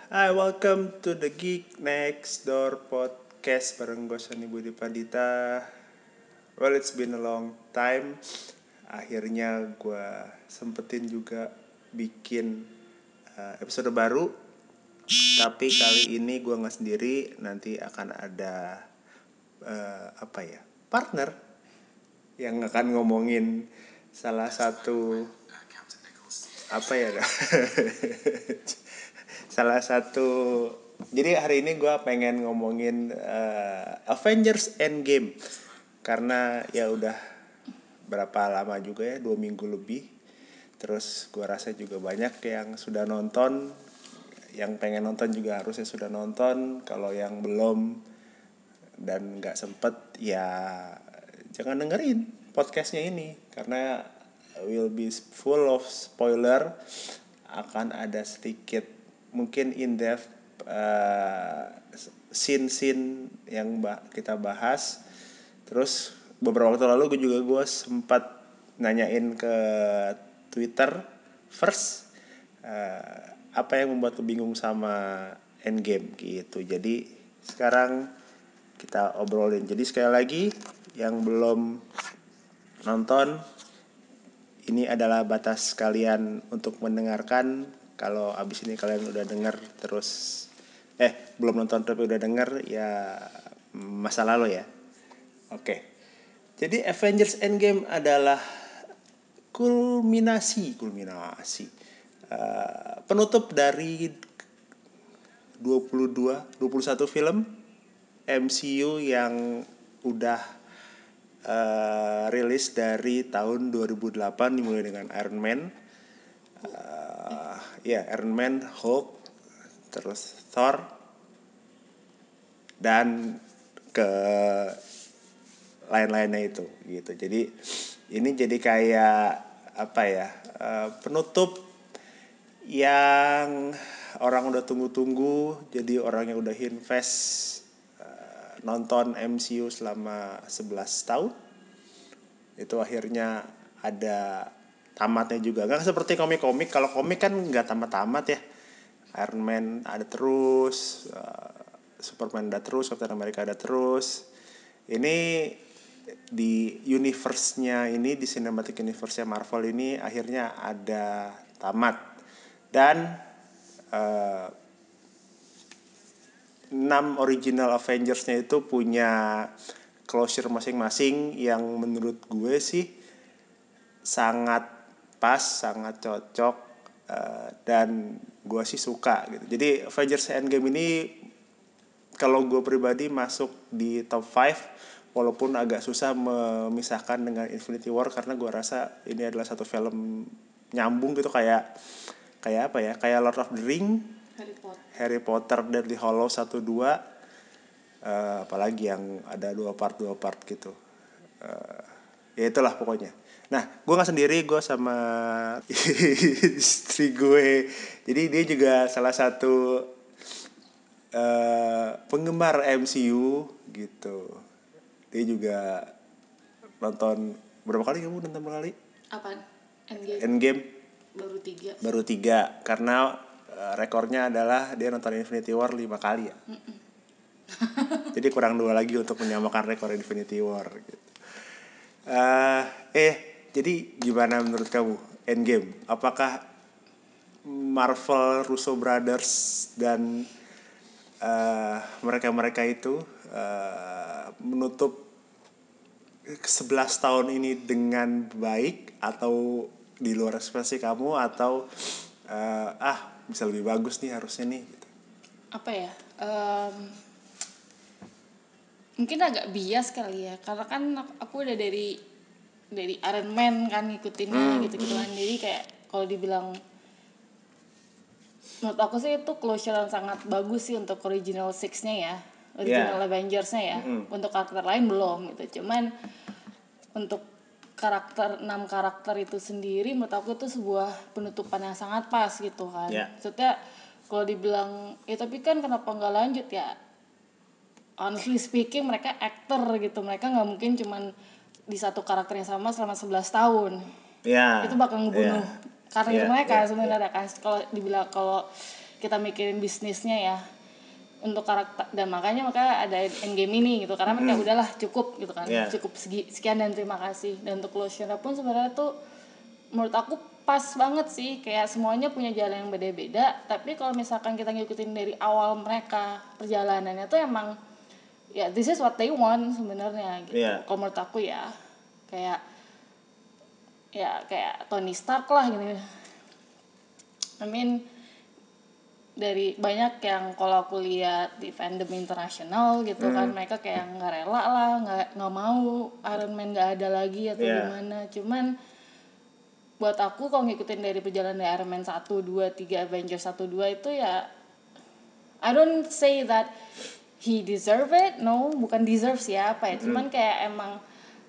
Hi, welcome to the Geek Next Door podcast bareng gue Sony Budi Pandita. Well, it's been a long time. Akhirnya gue sempetin juga bikin episode baru. Tapi kali ini gue nggak sendiri. Nanti akan ada partner yang akan ngomongin salah satu salah satu. Jadi hari ini gue pengen ngomongin Avengers Endgame karena ya udah berapa lama juga ya, 2 minggu lebih. Terus gue rasa juga banyak yang sudah nonton, yang pengen nonton juga harusnya sudah nonton. Kalau yang belum dan nggak sempet ya jangan dengerin podcastnya ini karena will be full of spoiler. Akan ada sedikit mungkin in depth scene yang kita bahas. Terus beberapa waktu lalu gue sempat nanyain ke Twitter first, apa yang membuat lu bingung sama Endgame gitu. Jadi sekarang kita obrolin. Jadi sekali lagi yang belum nonton, ini adalah batas kalian untuk mendengarkan. Kalau abis ini kalian udah denger terus belum nonton tapi udah denger ya masa lalu ya. Oke. Jadi Avengers Endgame adalah kulminasi penutup dari 21 film MCU yang udah rilis dari tahun 2008, dimulai dengan Iron Man, Iron Man, Hulk, terus Thor, dan ke lain-lainnya itu gitu. Jadi ini jadi kayak penutup yang orang udah tunggu-tunggu. Jadi orang yang udah invest nonton MCU selama 11 tahun itu akhirnya ada tamatnya juga. Nggak seperti komik-komik. Kalau komik kan nggak tamat-tamat ya. Iron Man ada terus, Superman ada terus, Captain America ada terus. Ini di universe-nya ini, di cinematic universe-nya Marvel ini akhirnya ada tamat. Dan 6 original Avengers-nya itu punya closure masing-masing yang menurut gue sih sangat pas, sangat cocok, dan gue sih suka gitu. Jadi Avengers Endgame ini kalau gue pribadi masuk di top 5, walaupun agak susah memisahkan dengan Infinity War karena gue rasa ini adalah satu film nyambung gitu, kayak apa ya? Kayak Lord of the Ring, Harry Potter Deathly Hallows 1 2, apalagi yang ada 2 part gitu. Ya itulah pokoknya. Nah, gue nggak sendiri, gue sama istri gue. Jadi dia juga salah satu penggemar MCU gitu. Dia juga nonton berapa kali? Kamu nonton berapa kali? Apaan? Endgame? Baru 3 karena rekornya adalah dia nonton Infinity War 5 kali ya. Jadi kurang 2 lagi untuk menyamakan rekor Infinity War gitu. Jadi gimana menurut kamu Endgame? Apakah Marvel, Russo Brothers dan mereka itu menutup 11 tahun ini dengan baik, atau di luar ekspektasi kamu, atau bisa lebih bagus nih harusnya nih gitu? apa ya? Mungkin agak bias kali ya, karena kan aku udah dari Iron Man kan ngikutinnya gitu kan. Jadi kayak kalau dibilang, menurut aku sih itu closure yang sangat bagus sih untuk original six-nya ya, original Avengers-nya ya. Untuk karakter lain belum gitu. Cuman untuk 6 karakter itu sendiri menurut aku itu sebuah penutupan yang sangat pas gitu kan. Maksudnya kalau dibilang ya tapi kan kenapa nggak lanjut ya, honestly speaking mereka aktor gitu, mereka nggak mungkin cuman di satu karakter yang sama selama 11 tahun. Itu bakal ngebunuh karir mereka sebenarnya kan. Kalau dibilang, kalau kita mikirin bisnisnya ya untuk karakter, dan makanya ada endgame ini gitu, karena kayak udahlah cukup gitu kan, cukup sekian dan terima kasih. Dan untuk closure pun sebenarnya tuh menurut aku pas banget sih, kayak semuanya punya jalan yang beda-beda, tapi kalau misalkan kita ngikutin dari awal mereka perjalanannya tuh emang ya this is what they want sebenarnya gitu. Kalau menurut aku ya kayak Tony Stark lah gitu. I mean dari banyak yang kalau aku lihat di fandom internasional gitu kan, mereka kayak nggak rela lah, nggak mau Iron Man nggak ada lagi atau gimana. Cuman buat aku kalau ngikutin dari perjalanan dari Iron Man 1, 2, 3, Avengers 1, 2 itu ya I don't say that he deserve it, no, bukan deserve sih ya, cuman kayak emang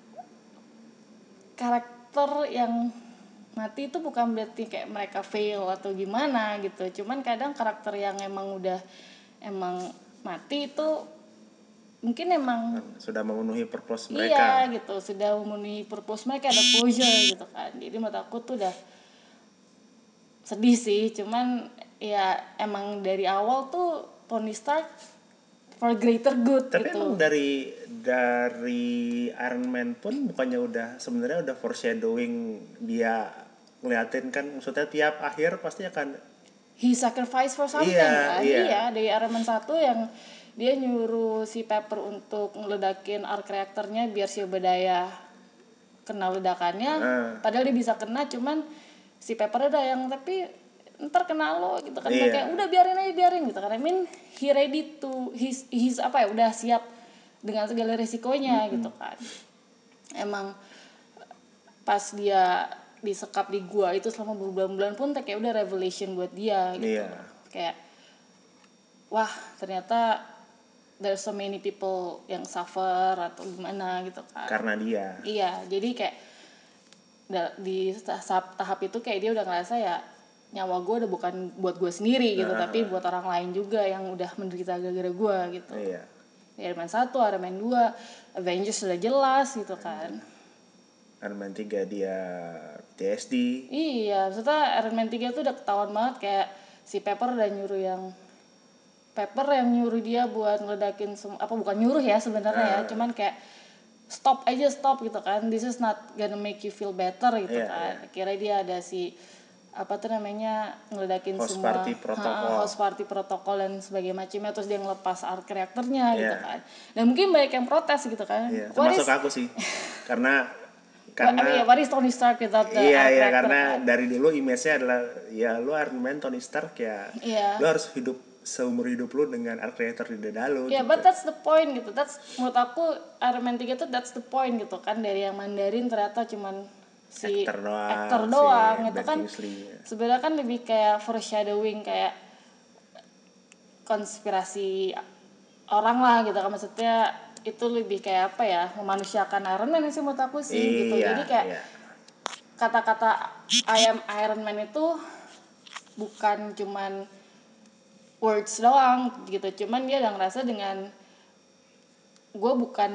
karakter yang mati itu bukan berarti kayak mereka fail atau gimana gitu. Cuman kadang karakter yang emang udah mati itu mungkin emang sudah memenuhi purpose mereka. Iya gitu, sudah memenuhi purpose mereka, ada closure gitu kan. Jadi menurut aku tuh udah sedih sih, cuman ya emang dari awal tuh Tony Stark for greater good. Tapi gitu. Emang dari Iron Man pun bukannya udah sebenarnya udah foreshadowing, dia ngeliatin kan, maksudnya tiap akhir pasti akan he sacrifice for something kan. Iya, dari Iron Man 1 yang dia nyuruh si Pepper untuk ngeledakin arc reactornya biar si Obadiah kena ledakannya, padahal dia bisa kena, cuman si Pepper ada yang tapi ntar kena lo gitu kan. Kayak udah biarin gitu kan. I mean he ready to he's udah siap dengan segala resikonya gitu kan. Emang pas dia disekap di gua itu selama berbulan-bulan pun kayak udah revelation buat dia gitu. Kayak wah ternyata there's so many people yang suffer atau gimana gitu kan karena dia. Iya, jadi kayak di tahap itu kayak dia udah ngerasa ya nyawa gue udah bukan buat gue sendiri gitu, tapi buat orang lain juga yang udah menderita gara-gara gue gitu. Iron Man 1, Iron Man 2, Avengers sudah jelas gitu kan. Iron Man 3 dia TSD. Iya, maksudnya Iron Man 3 tuh udah ketahuan banget kayak si Pepper udah yang nyuruh dia buat ngeledakin bukan nyuruh ya sebenarnya ya, cuman kayak stop gitu kan, this is not gonna make you feel better gitu kan. Akhirnya dia ada si ngeledakin semua house party protokol dan sebagainya macamnya, terus dia ngelepas arc reactornya gitu kan. Dan mungkin banyak yang protes gitu kan. Termasuk aku sih. karena what is Tony Stark without the arc reactor karena kan? dari dulu image-nya adalah ya lu Iron Man, Tony Stark ya. Lu harus hidup seumur hidup lu dengan arc reactor di dada lu. Gitu. But that's the point gitu. That's menurut aku Iron Man 3 tuh that's the point gitu kan, dari yang Mandarin ternyata cuman si aktor doang si itu kan sebenarnya kan lebih kayak foreshadowing, kayak konspirasi orang lah gitu kan, maksudnya itu lebih kayak apa ya, memanusiakan Iron Man sih menurut aku sih gitu. Jadi kayak kata-kata I am Iron Man itu bukan cuman words doang gitu, cuman dia udah ngerasa dengan gue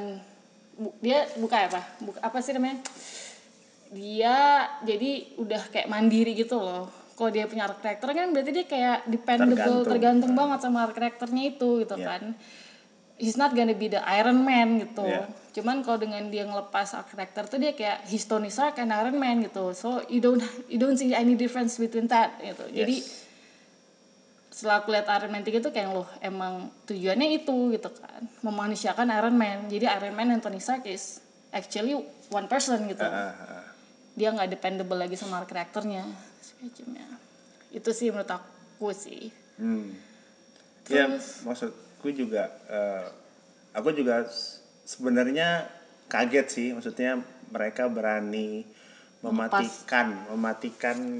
apa sih namanya, dia jadi udah kayak mandiri gitu loh. Kalau dia punya arc reactor kan berarti dia kayak dependable, tergantung banget sama arc reactornya itu gitu kan. He's not gonna be the Iron Man gitu. Cuman kalau dengan dia ngelepas arc reactor tuh dia kayak he's Tony Stark and Iron Man gitu. So you don't see any difference between that gitu. Jadi setelah aku lihat Iron Man 3 tuh kayak loh emang tujuannya itu gitu kan, memanusiakan Iron Man. Jadi Iron Man dan Tony Stark is actually one person gitu. Dia nggak dependable lagi sama arc reactornya semacamnya. Itu sih menurut aku sih. Terus, ya maksudku juga aku juga sebenarnya kaget sih, maksudnya mereka berani mematikan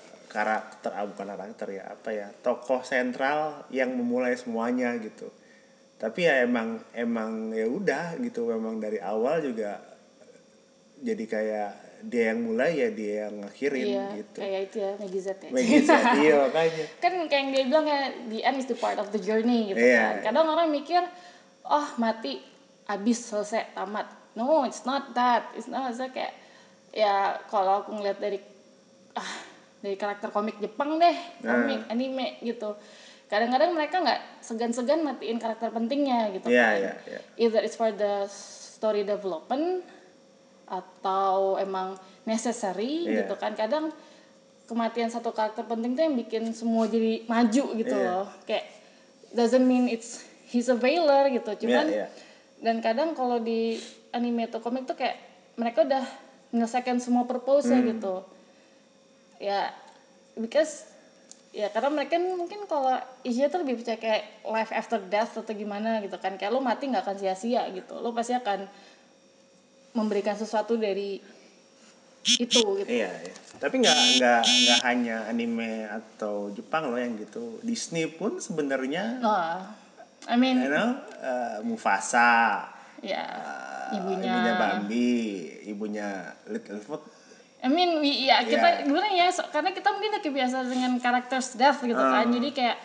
tokoh sentral yang memulai semuanya gitu. Tapi ya emang ya udah gitu, memang dari awal juga jadi kayak dia yang mulai ya dia yang ngakhirin gitu. Kayak itu ya Maggie Z iya makanya kan kayak yang dia bilang ya, the end is the part of the journey gitu kan. Kadang orang mikir mati abis selesai tamat. No, it's not that. It's not kayak ya kalau aku ngeliat dari dari karakter komik Jepang deh, komik anime gitu. Kadang-kadang mereka nggak segan-segan matiin karakter pentingnya gitu kan. Either it's for the story development atau emang necessary gitu kan. Kadang kematian satu karakter penting tuh yang bikin semua jadi maju gitu loh. Kayak doesn't mean he's a failure gitu. Cuman dan kadang kalau di anime atau komik tuh kayak mereka udah menyelesaikan semua purpose-nya gitu. Ya because ya karena mereka mungkin kalau Asia tuh lebih percaya kayak life after death atau gimana gitu kan, kayak lo mati nggak akan sia-sia gitu, lo pasti akan memberikan sesuatu dari itu gitu. Iya. Tapi nggak hanya anime atau Jepang loh yang gitu, Disney pun sebenarnya I mean Mufasa ya ibunya Bambi, ibunya Littlefoot. I mean, kita gimana ya, karena kita mungkin udah kebiasaan dengan karakter death gitu kan, jadi kayak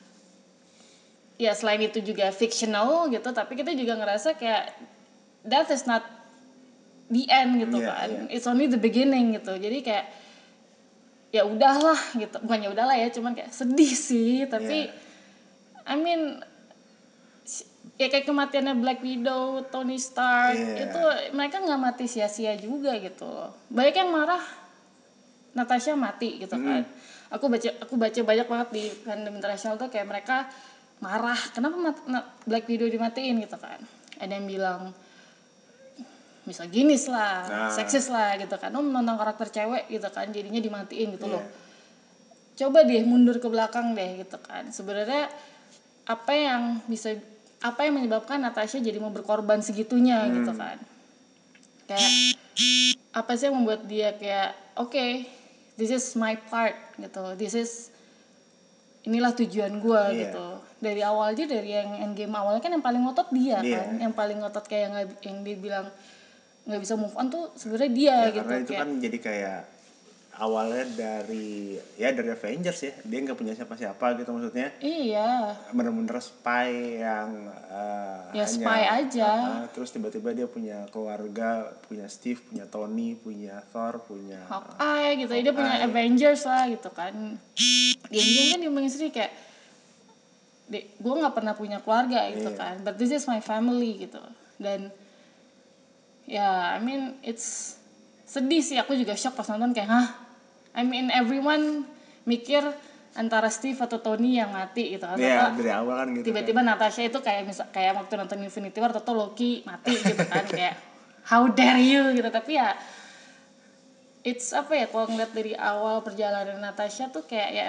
ya selain itu juga fictional gitu, tapi kita juga ngerasa kayak death is not the end gitu kan, it's only the beginning gitu, jadi kayak ya udahlah gitu, bukannya udahlah ya, cuman kayak sedih sih, tapi I mean ya kayak kematiannya Black Widow, Tony Stark itu mereka nggak mati sia-sia juga gitu loh. Banyak yang marah Natasha mati gitu kan. Aku baca banyak banget di fandom internasional tuh kayak mereka marah kenapa Black Widow dimatiin gitu kan. Ada yang bilang misoginis lah, seksis lah gitu kan. Menonton karakter cewek gitu kan, jadinya dimatiin gitu loh. Coba deh mundur ke belakang deh gitu kan. Sebenarnya apa yang menyebabkan Natasha jadi mau berkorban segitunya gitu kan. Kayak apa sih yang membuat dia kayak okay, this is my part gitu, inilah tujuan gue gitu. Dari awal aja, dari yang endgame awalnya kan yang paling ngotot dia kan, yang paling ngotot kayak yang dia bilang nggak bisa move on tuh sebenarnya dia gitu. Karena itu kayak, kan jadi kayak awalnya dari Avengers ya, dia nggak punya siapa-siapa gitu maksudnya. Iya. Bener-bener spy yang ya hanya spy aja. Terus tiba-tiba dia punya keluarga, punya Steve, punya Tony, punya Thor, punya Hawkeye gitu. Dia punya Avengers lah gitu kan. Di endgame kan dia bilang sendiri kayak gue nggak pernah punya keluarga gitu kan, but this is my family gitu. Dan ya I mean it's sedih sih, aku juga shock pas nonton kayak I mean everyone mikir antara Steve atau Tony yang mati gitu kan. Dari awal kan gitu. Tiba-tiba kan Natasha itu kayak waktu nonton Infinity War atau Loki mati gitu kan. Kayak how dare you gitu. Tapi ya it's apa ya, kalau ngeliat dari awal perjalanan Natasha tuh kayak ya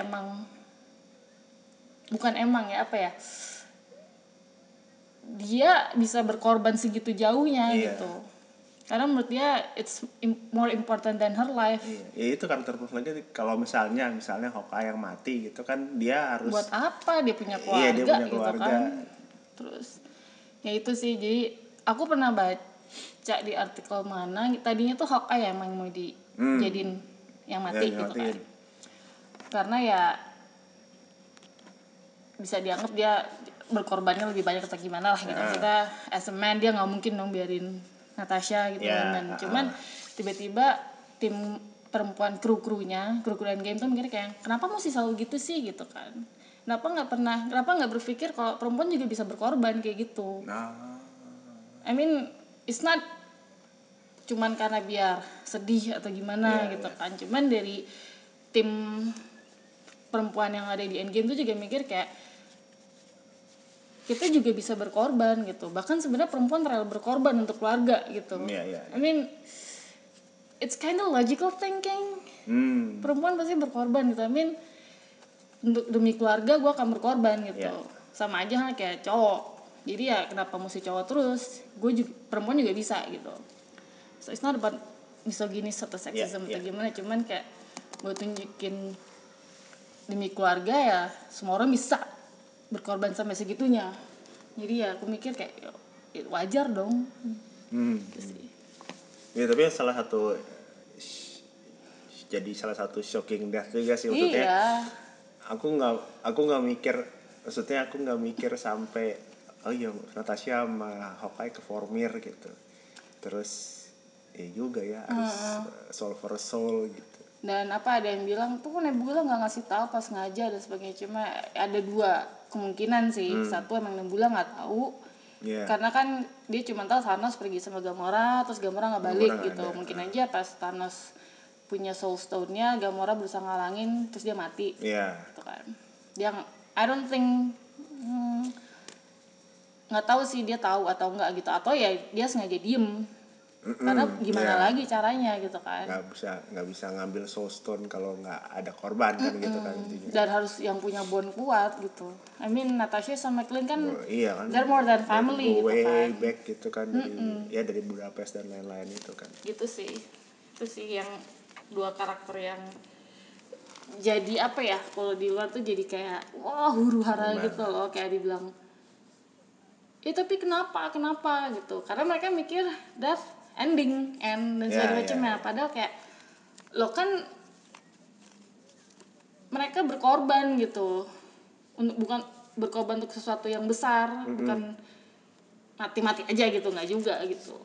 dia bisa berkorban segitu jauhnya gitu. Karena menurut dia it's more important than her life. Ya itu kan terus lagi kalau misalnya Hawkeye yang mati gitu kan, dia harus buat apa, dia punya keluarga, dia punya gitu kan. Terus ya itu sih, jadi aku pernah baca di artikel mana tadinya tuh Hawkeye emang mau dijadiin yang mati gitu kan. Karena ya bisa dianggap dia berkorbannya lebih banyak atau gimana lah gitu. Kita as a man dia nggak mungkin dong biarin Natasha gitu kan. Cuman tiba-tiba tim perempuan kru-krunya Endgame tuh mikir kayak kenapa mesti selalu gitu sih gitu kan. Kenapa nggak berpikir kalau perempuan juga bisa berkorban kayak gitu. I mean it's not cuman karena biar sedih atau gimana gitu kan. Cuman dari tim perempuan yang ada di Endgame tuh juga mikir kayak kita juga bisa berkorban gitu. Bahkan sebenarnya perempuan rela berkorban untuk keluarga gitu. I mean it's kind of logical thinking. Perempuan pasti berkorban gitu. I mean untuk demi keluarga gue akan berkorban gitu. Sama aja kayak cowok. Jadi ya kenapa mesti cowok terus? Perempuan juga bisa gitu. So it's not about misoginis atau seksisme atau gimana. Cuman kayak gue tunjukin demi keluarga ya semua orang bisa berkorban sampai segitunya. Jadi ya aku mikir kayak wajar dong. Ya tapi salah satu shocking death juga sih maksudnya. Aku nggak mikir sampai Natasha sama Hawkeye ke Vormir gitu. Terus juga ya harus soul for soul gitu. Dan ada yang bilang tuh Nebula nggak ngasih tahu pas ngaja dan sebagainya. Cuma ada dua kemungkinan sih. Satu emang Nebula nggak tahu, karena kan dia cuma tahu Thanos pergi sama Gamora, terus Gamora nggak balik gitu. Mungkin aja pas Thanos punya Soul Stone-nya, Gamora berusaha ngalangin, terus dia mati. Gitu kan. Dia I don't think nggak tahu sih dia tahu atau enggak gitu, atau ya dia sengaja diem. Karena gimana lagi caranya gitu kan, nggak bisa ngambil Soul Stone kalau nggak ada korban kan gitu kan intinya. Dan harus yang punya bond kuat gitu. I mean Natasha sama Clint kan, kan they're more than family gitu kan. Way back gitu kan dari Budapest dan lain-lain itu kan. Gitu sih. Itu sih yang dua karakter yang jadi kalau di luar tuh jadi kayak wah huru-hara gitu loh, kayak dibilang tapi kenapa gitu, karena mereka mikir death ending dan segala macamnya. Padahal kayak lo kan mereka berkorban gitu, bukan berkorban untuk sesuatu yang besar, bukan mati aja gitu, nggak juga gitu.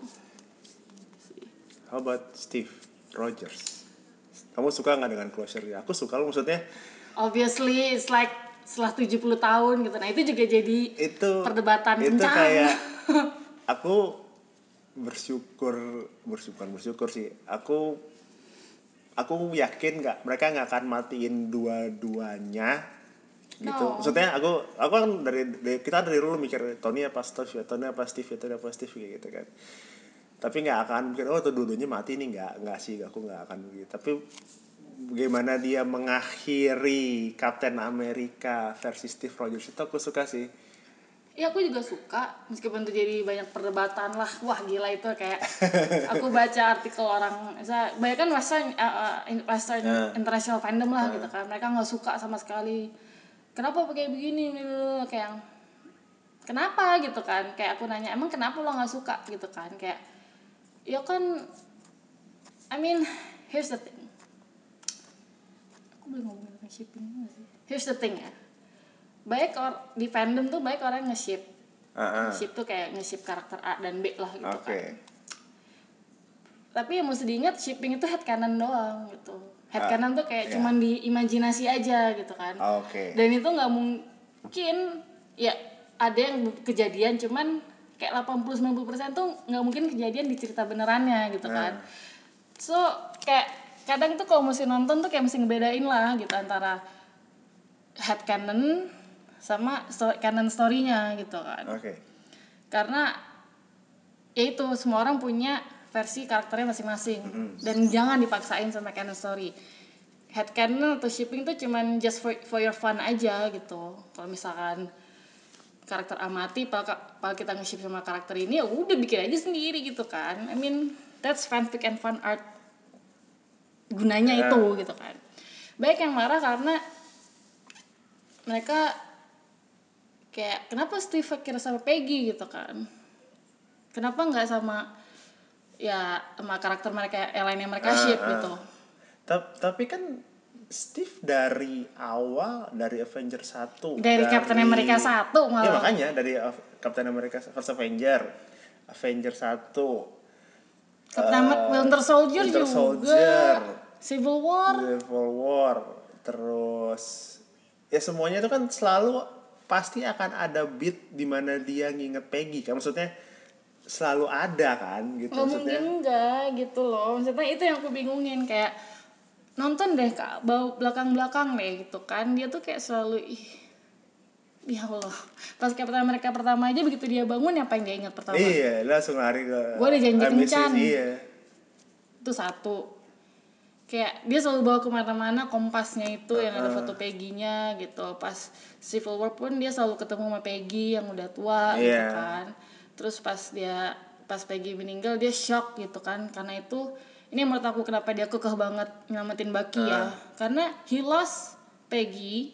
How about Steve Rogers? Kamu suka nggak dengan closure-nya? Aku suka loh, maksudnya obviously it's like setelah 70 tahun gitu. Nah itu juga jadi perdebatan kencang. Itu kayak aku bersyukur sih. Aku yakin mereka nggak akan matiin dua-duanya gitu. Maksudnya aku kan kita dari dulu mikir Tony apa Steve kayak gitu kan. Tapi nggak akan mikir tuh dua-duanya mati nih, nggak sih, aku nggak akan begitu. Tapi bagaimana dia mengakhiri Captain America versi Steve Rogers itu aku suka sih. Ya aku juga suka, meskipun itu jadi banyak perdebatan lah. Wah gila itu kayak aku baca artikel orang, banyak kan Western international fandom lah gitu kan. Mereka nggak suka sama sekali. Kenapa pakai begini? Kayak kenapa gitu kan? Kayak aku nanya, emang kenapa lo nggak suka gitu kan? Kayak ya kan, I mean here's the thing. Aku boleh ngomongin tentang shipping nggak sih? Here's the thing ya. Baik di fandom tuh baik orang nge-ship. Ship tuh kayak nge-ship karakter A dan B lah gitu kan. Tapi yang mesti diingat, shipping itu headcanon doang gitu. Headcanon tuh kayak cuman di imajinasi aja gitu kan. Dan itu nggak mungkin, ya ada yang kejadian, cuman kayak 80-90% tuh nggak mungkin kejadian di cerita benerannya gitu kan. So kayak kadang tuh kalau mesti nonton tuh kayak mesti ngebedain lah gitu antara headcanon sama canon story-nya gitu kan. Karena ya itu semua orang punya versi karakternya masing-masing dan jangan dipaksain sama canon story. Headcanon atau shipping tuh cuman just for your fun aja gitu. Kalau misalkan karakter amati, kalau kita nge-ship sama karakter ini ya udah bikin aja sendiri gitu kan. I mean that's fanfic and fan art gunanya itu gitu kan. Baik yang marah karena mereka kayak kenapa Steve kira sama Peggy gitu kan, kenapa nggak sama karakter mereka yang lain yang mereka ship gitu. Tapi kan Steve dari awal, dari Avengers 1, dari Captain America 1 malah. Ya makanya dari Captain America First Avengers 1, Winter Soldier juga, Civil War, terus ya semuanya itu kan selalu pasti akan ada beat di mana dia nginget Peggy kan, maksudnya selalu ada kan gitu. Nggak mungkin enggak gitu loh, maksudnya itu yang aku bingungin. Kayak nonton deh Kak, belakang deh gitu kan, dia tuh kayak selalu ya Allah, pas Captain America pertama aja begitu dia bangun apa yang dia ingat pertama? Iya, langsung lari ke gue ada janji kencan. Iya. Itu satu. Kayak dia selalu bawa kemana-mana kompasnya itu yang ada foto Peggy-nya gitu. Pas Civil War pun dia selalu ketemu sama Peggy yang udah tua gitu kan. Terus pas Peggy meninggal dia shock gitu kan. Karena itu, ini menurut aku kenapa dia kekeh banget nyelamatin Bucky ya. Karena he lost Peggy,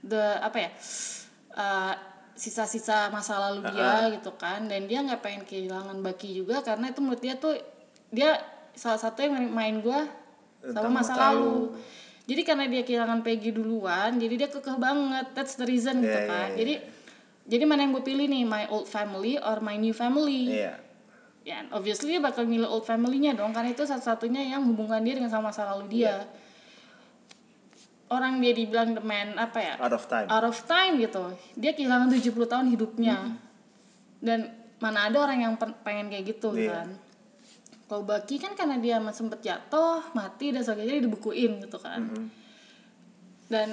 sisa-sisa masa lalu dia gitu kan. Dan dia gak pengen kehilangan Bucky juga, karena itu menurut dia tuh, dia salah satu yang main gue sama masa lalu. Jadi karena dia kehilangan Peggy duluan, jadi dia kekeh banget. That's the reason gitu kan. Jadi mana yang gue pilih nih, my old family or my new family? Ya obviously dia bakal milih old family-nya dong, karena itu satu-satunya yang hubungan dia dengan sama masa lalu dia. orang dia dibilang the man apa ya, out of time gitu, dia kehilangan 70 tahun hidupnya. Dan mana ada orang yang pengen kayak gitu kan. Kalau Bucky kan karena dia sempet jatuh mati dan sebagainya dibukuin gitu kan. Dan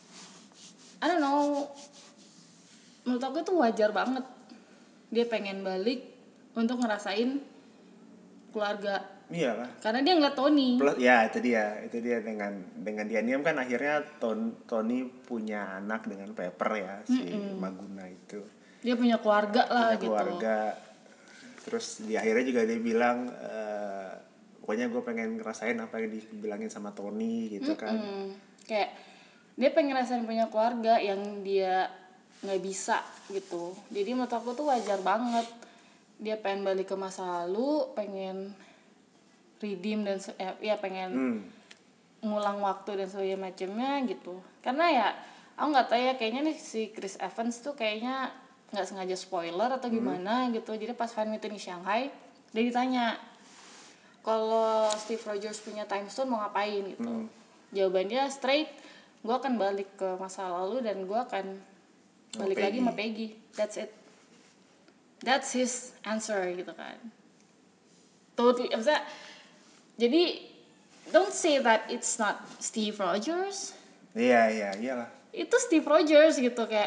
I don't know, menurut aku itu wajar banget dia pengen balik untuk ngerasain keluarga. Iya lah. Karena dia ngeliat Tony. Plus ya itu dia dengan Dianiam kan akhirnya Tony punya anak dengan Pepper ya, si Maguna itu. Dia punya keluarga lah punya keluarga. Terus di akhirnya juga dia bilang pokoknya gue pengen ngerasain apa yang dibilangin sama Tony gitu kan. Kayak dia pengen ngerasain punya keluarga yang dia nggak bisa gitu. Jadi menurut aku tuh wajar banget dia pengen balik ke masa lalu, pengen redeem dan ya pengen ngulang waktu dan sebagainya macamnya gitu. Karena ya aku nggak tahu ya, kayaknya nih si Chris Evans tuh kayaknya nggak sengaja spoiler atau gimana gitu. Jadi pas fan meeting di Shanghai dia ditanya kalau Steve Rogers punya time stone mau ngapain gitu. Jawabannya straight, gue akan balik ke masa lalu dan gue akan balik lagi sama Peggy. That's it. That's his answer gitu kan. Totally, maksudnya, jadi don't say that it's not Steve Rogers. Iyalah. Itu Steve Rogers gitu, kayak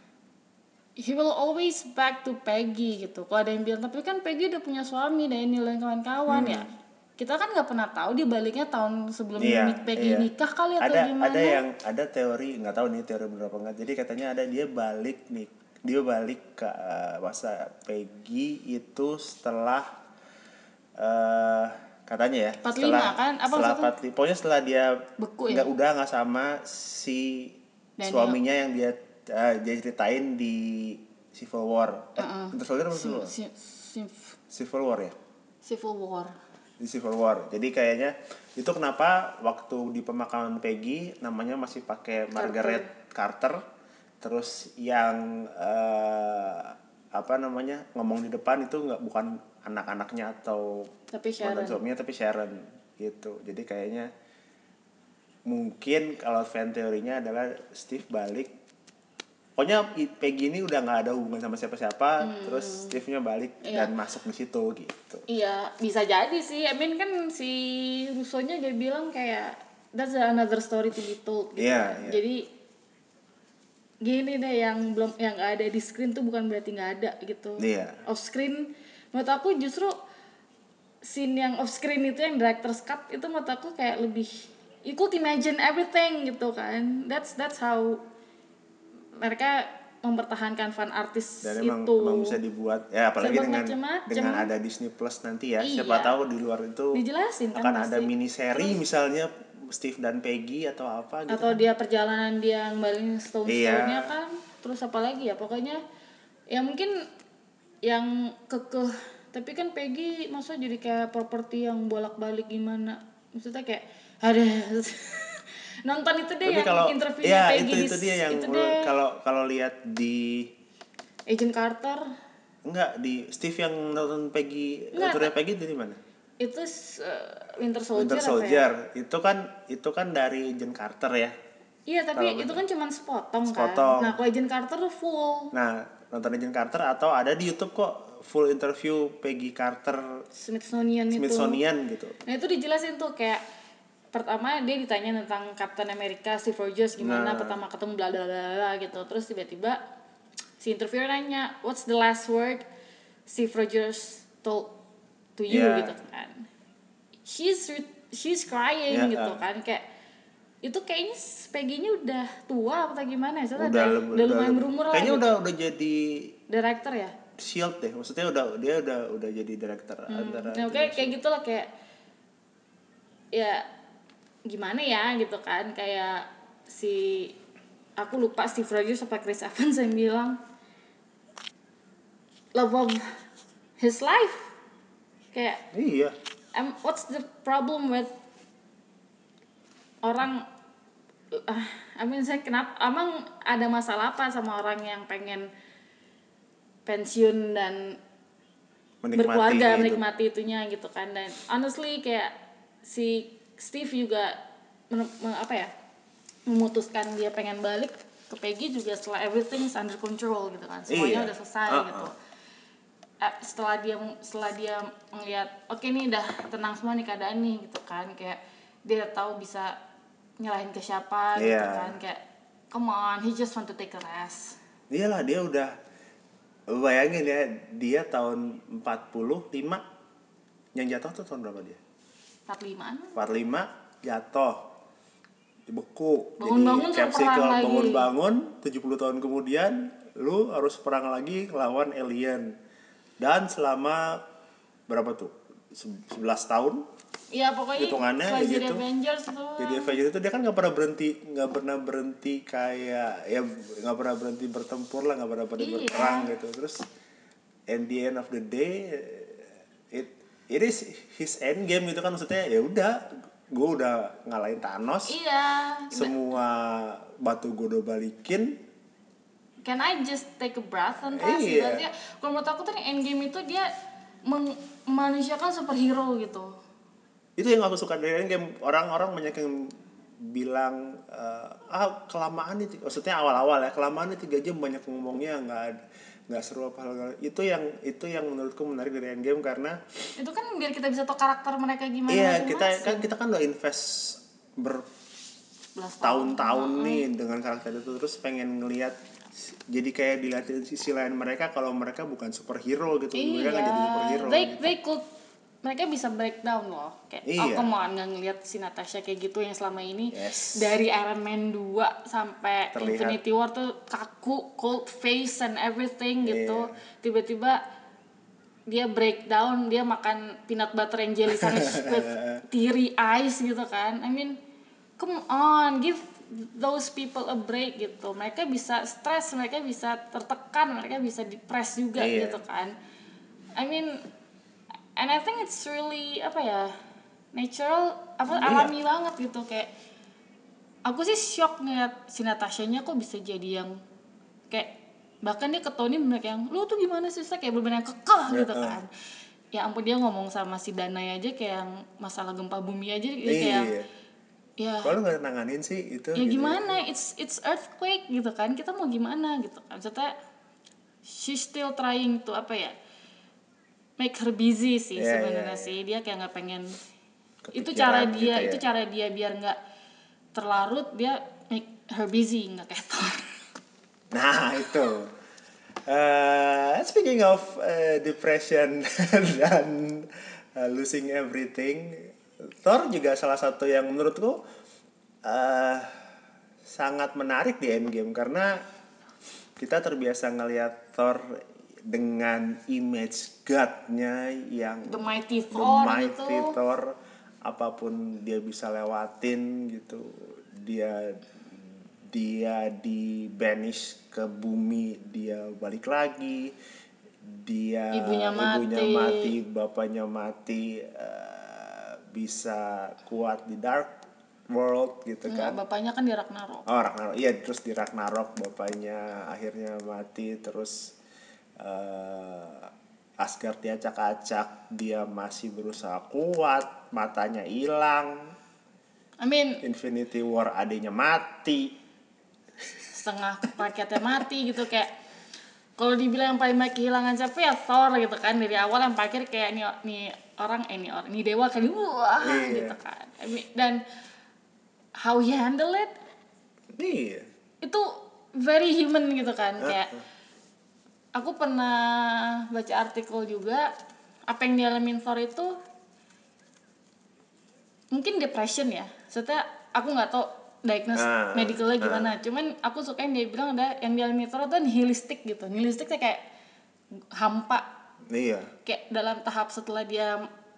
he will always back to Peggy gitu. Kalau ada yang bilang tapi kan Peggy udah punya suami Daniel dan kawan-kawan ya. Kita kan nggak pernah tahu dia baliknya tahun sebelum Peggy nikah kali atau gimana. Ada teori, nggak tahu nih teori berapa enggak. Jadi katanya ada dia balik ke masa Peggy itu setelah katanya ya 45 setelah kan? Apa setelah 45, pokoknya setelah dia beku ya? nggak sama si Daniel. Suaminya yang dia ceritain di Civil War. Winter Soldier apa Civil War? Civil War ya? Civil War. Di Civil War. Jadi kayaknya itu kenapa waktu di pemakaman Peggy namanya masih pakai Margaret Carter. Terus yang ngomong di depan itu bukan anak-anaknya atau mantan suaminya, tapi Sharon gitu. Jadi kayaknya mungkin kalau fan teorinya adalah Steve balik, pokoknya Peggy ini udah nggak ada hubungan sama siapa-siapa, terus Steve-nya balik dan masuk di situ gitu. Iya, bisa jadi sih. I mean kan si Russo-nya dia bilang kayak that's another story to be told gitu. Jadi gini deh, yang nggak ada di screen tuh bukan berarti nggak ada gitu. Off screen menurut aku justru scene yang off screen itu yang director's cut itu menurut aku kayak lebih you could imagine everything gitu kan. That's how mereka mempertahankan fan artis dan itu. Emang bisa dibuat ya, apalagi dengan ada Disney Plus nanti ya. Siapa tahu di luar itu dijelasin akan kan, ada mini seri misalnya Steve dan Peggy atau apa gitu. Atau kan dia perjalanan dia ngembalin stone-nya kan. Terus apa lagi ya, pokoknya ya mungkin yang kekeh, tapi kan Peggy masa jadi kayak properti yang bolak-balik gimana. Maksudnya kayak ada nonton itu deh yang interviewnya Peggy itu dia yang kalau lihat di Agent Carter. Enggak, di Steve yang nonton Peggy, turunnya Peggy dari mana? Itu Winter Soldier ya? Itu kan dari Agent Carter ya. Iya, tapi itu kan cuma sepotong kan. Nah, kalau Agent Carter tuh full. Nah, nonton Agent Carter atau ada di YouTube kok full interview Peggy Carter Smithsonian gitu. Nah, itu dijelasin tuh kayak pertama dia ditanya tentang Captain America Steve Rogers gimana pertama ketemu bla bla bla gitu. Terus tiba-tiba si interviewer nanya, "What's the last word Steve Rogers told to you?" gitu kan. She's crying gitu kan, kayak itu kayaknya Peggy-nya udah tua atau gimana ya? Udah lumayan berumur lah. Kayaknya gitu. udah jadi director ya? Shield deh, maksudnya dia udah jadi director antara. Nah, kayak gitulah, kayak ya gimana ya gitu kan, kayak si aku lupa Steve Rogers apa Chris Evans yang bilang love of his life, kayak what's the problem with orang saya kenapa emang ada masalah apa sama orang yang pengen pensiun dan berkeluarga menikmati itunya gitu kan. Dan honestly kayak si Steve juga memutuskan dia pengen balik ke Peggy juga setelah everything is under control gitu kan, semuanya udah selesai gitu. Setelah dia ngeliat oke nih udah tenang semua nih keadaan nih gitu kan, kayak dia tahu bisa nyerahin ke siapa gitu kan, kayak come on, he just want to take a rest. Iyalah, dia udah, bayangin ya, dia tahun 45 yang jatuh tuh tahun berapa dia? 45 jatuh, beku, bangun-bangun jadi capsicle, bangun-bangun 70 tahun kemudian lu harus perang lagi lawan alien, dan selama berapa tuh, 11 tahun. Iya pokoknya hitungannya setelah jadi gitu. Avengers tuh. Jadi Avengers itu dia kan nggak pernah berhenti kayak ya, nggak pernah berhenti bertempur lah, nggak pernah berhenti berperang gitu. Terus at the end of the day it is his end game gitu kan, maksudnya ya udah, gue udah ngalahin Thanos. Iya. Semua batu gue udah balikin. Can I just take a breath and rest? Berarti kalau menurut aku tuh Endgame itu dia memanusiakan superhero gitu. Itu yang aku suka dari Endgame. Orang-orang banyak yang bilang kelamaan nih, maksudnya awal-awal ya, kelamaan nih 3 jam, banyak ngomongnya, nggak seru apa. Itu yang menurutku menarik dari Endgame, karena itu kan biar kita bisa tahu karakter mereka gimana. Iya, kita kan udah invest bertahun-tahun nih dengan karakter itu, terus pengen ngelihat, jadi kayak dilihatin sisi lain mereka kalau mereka bukan superhero gitu. Mereka nggak jadi superhero gitu. Mereka bisa breakdown loh, kayak come on, nggak ngelihat si Natasha kayak gitu yang selama ini dari Iron Man 2 sampai terlihat Infinity War tuh kaku, cold face and everything gitu. Tiba-tiba dia breakdown, dia makan peanut butter and jelly sandwich with teary eyes gitu kan. I mean, come on, give those people a break gitu. Mereka bisa stres, mereka bisa tertekan, mereka bisa depres juga gitu kan. I mean, and I think it's really natural, alami banget gitu. Kayak aku sih shock ngeliat si Natasha-nya kok bisa jadi yang kayak, bahkan dia ke Tony bener yang lu tuh gimana sih, kayak bener-bener kekeh gitu kan. Ya ampun, dia ngomong sama si Danai aja kayak yang masalah gempa bumi aja dia kayak ya kalau nggak nanganin sih itu ya gitu gimana ya. It's earthquake gitu kan, kita mau gimana gitu kan. Maksudnya she still trying to make her busy sih sebenarnya sih. Dia kayak nggak pengen kepikiran, itu cara dia gitu. Itu cara dia biar nggak terlarut, dia make her busy, nggak kayak Thor. Nah itu speaking of depression dan losing everything, Thor juga salah satu yang menurutku sangat menarik di Endgame, karena kita terbiasa ngelihat Thor dengan image God-nya yang The Mighty Thor, apapun dia bisa lewatin gitu. Dia di banish ke bumi, dia balik lagi. Dia ibunya mati, bapaknya mati, bisa kuat di Dark World gitu kan. Bapaknya kan di Ragnarok. Ragnarok. Iya, terus di Ragnarok bapaknya akhirnya mati, terus Asgard diacak-acak, dia masih berusaha kuat, matanya hilang. Infinity War adiknya mati, setengah rakyatnya mati gitu. Kayak kalau dibilang yang paling banyak kehilangan siapa ya Thor gitu kan. Dari awal yang pikir kayak ini dewa kan, gitu kan. Dan how he handle it, itu very human gitu kan. Kayak aku pernah baca artikel juga, apa yang dialamin Thor itu mungkin depression ya. Maksudnya aku nggak tahu diagnose medicalnya gimana. Cuman aku suka yang dia bilang ada yang dialami Thor itu nihilistik gitu. Nihilistik kayak hampa. Kayak dalam tahap setelah dia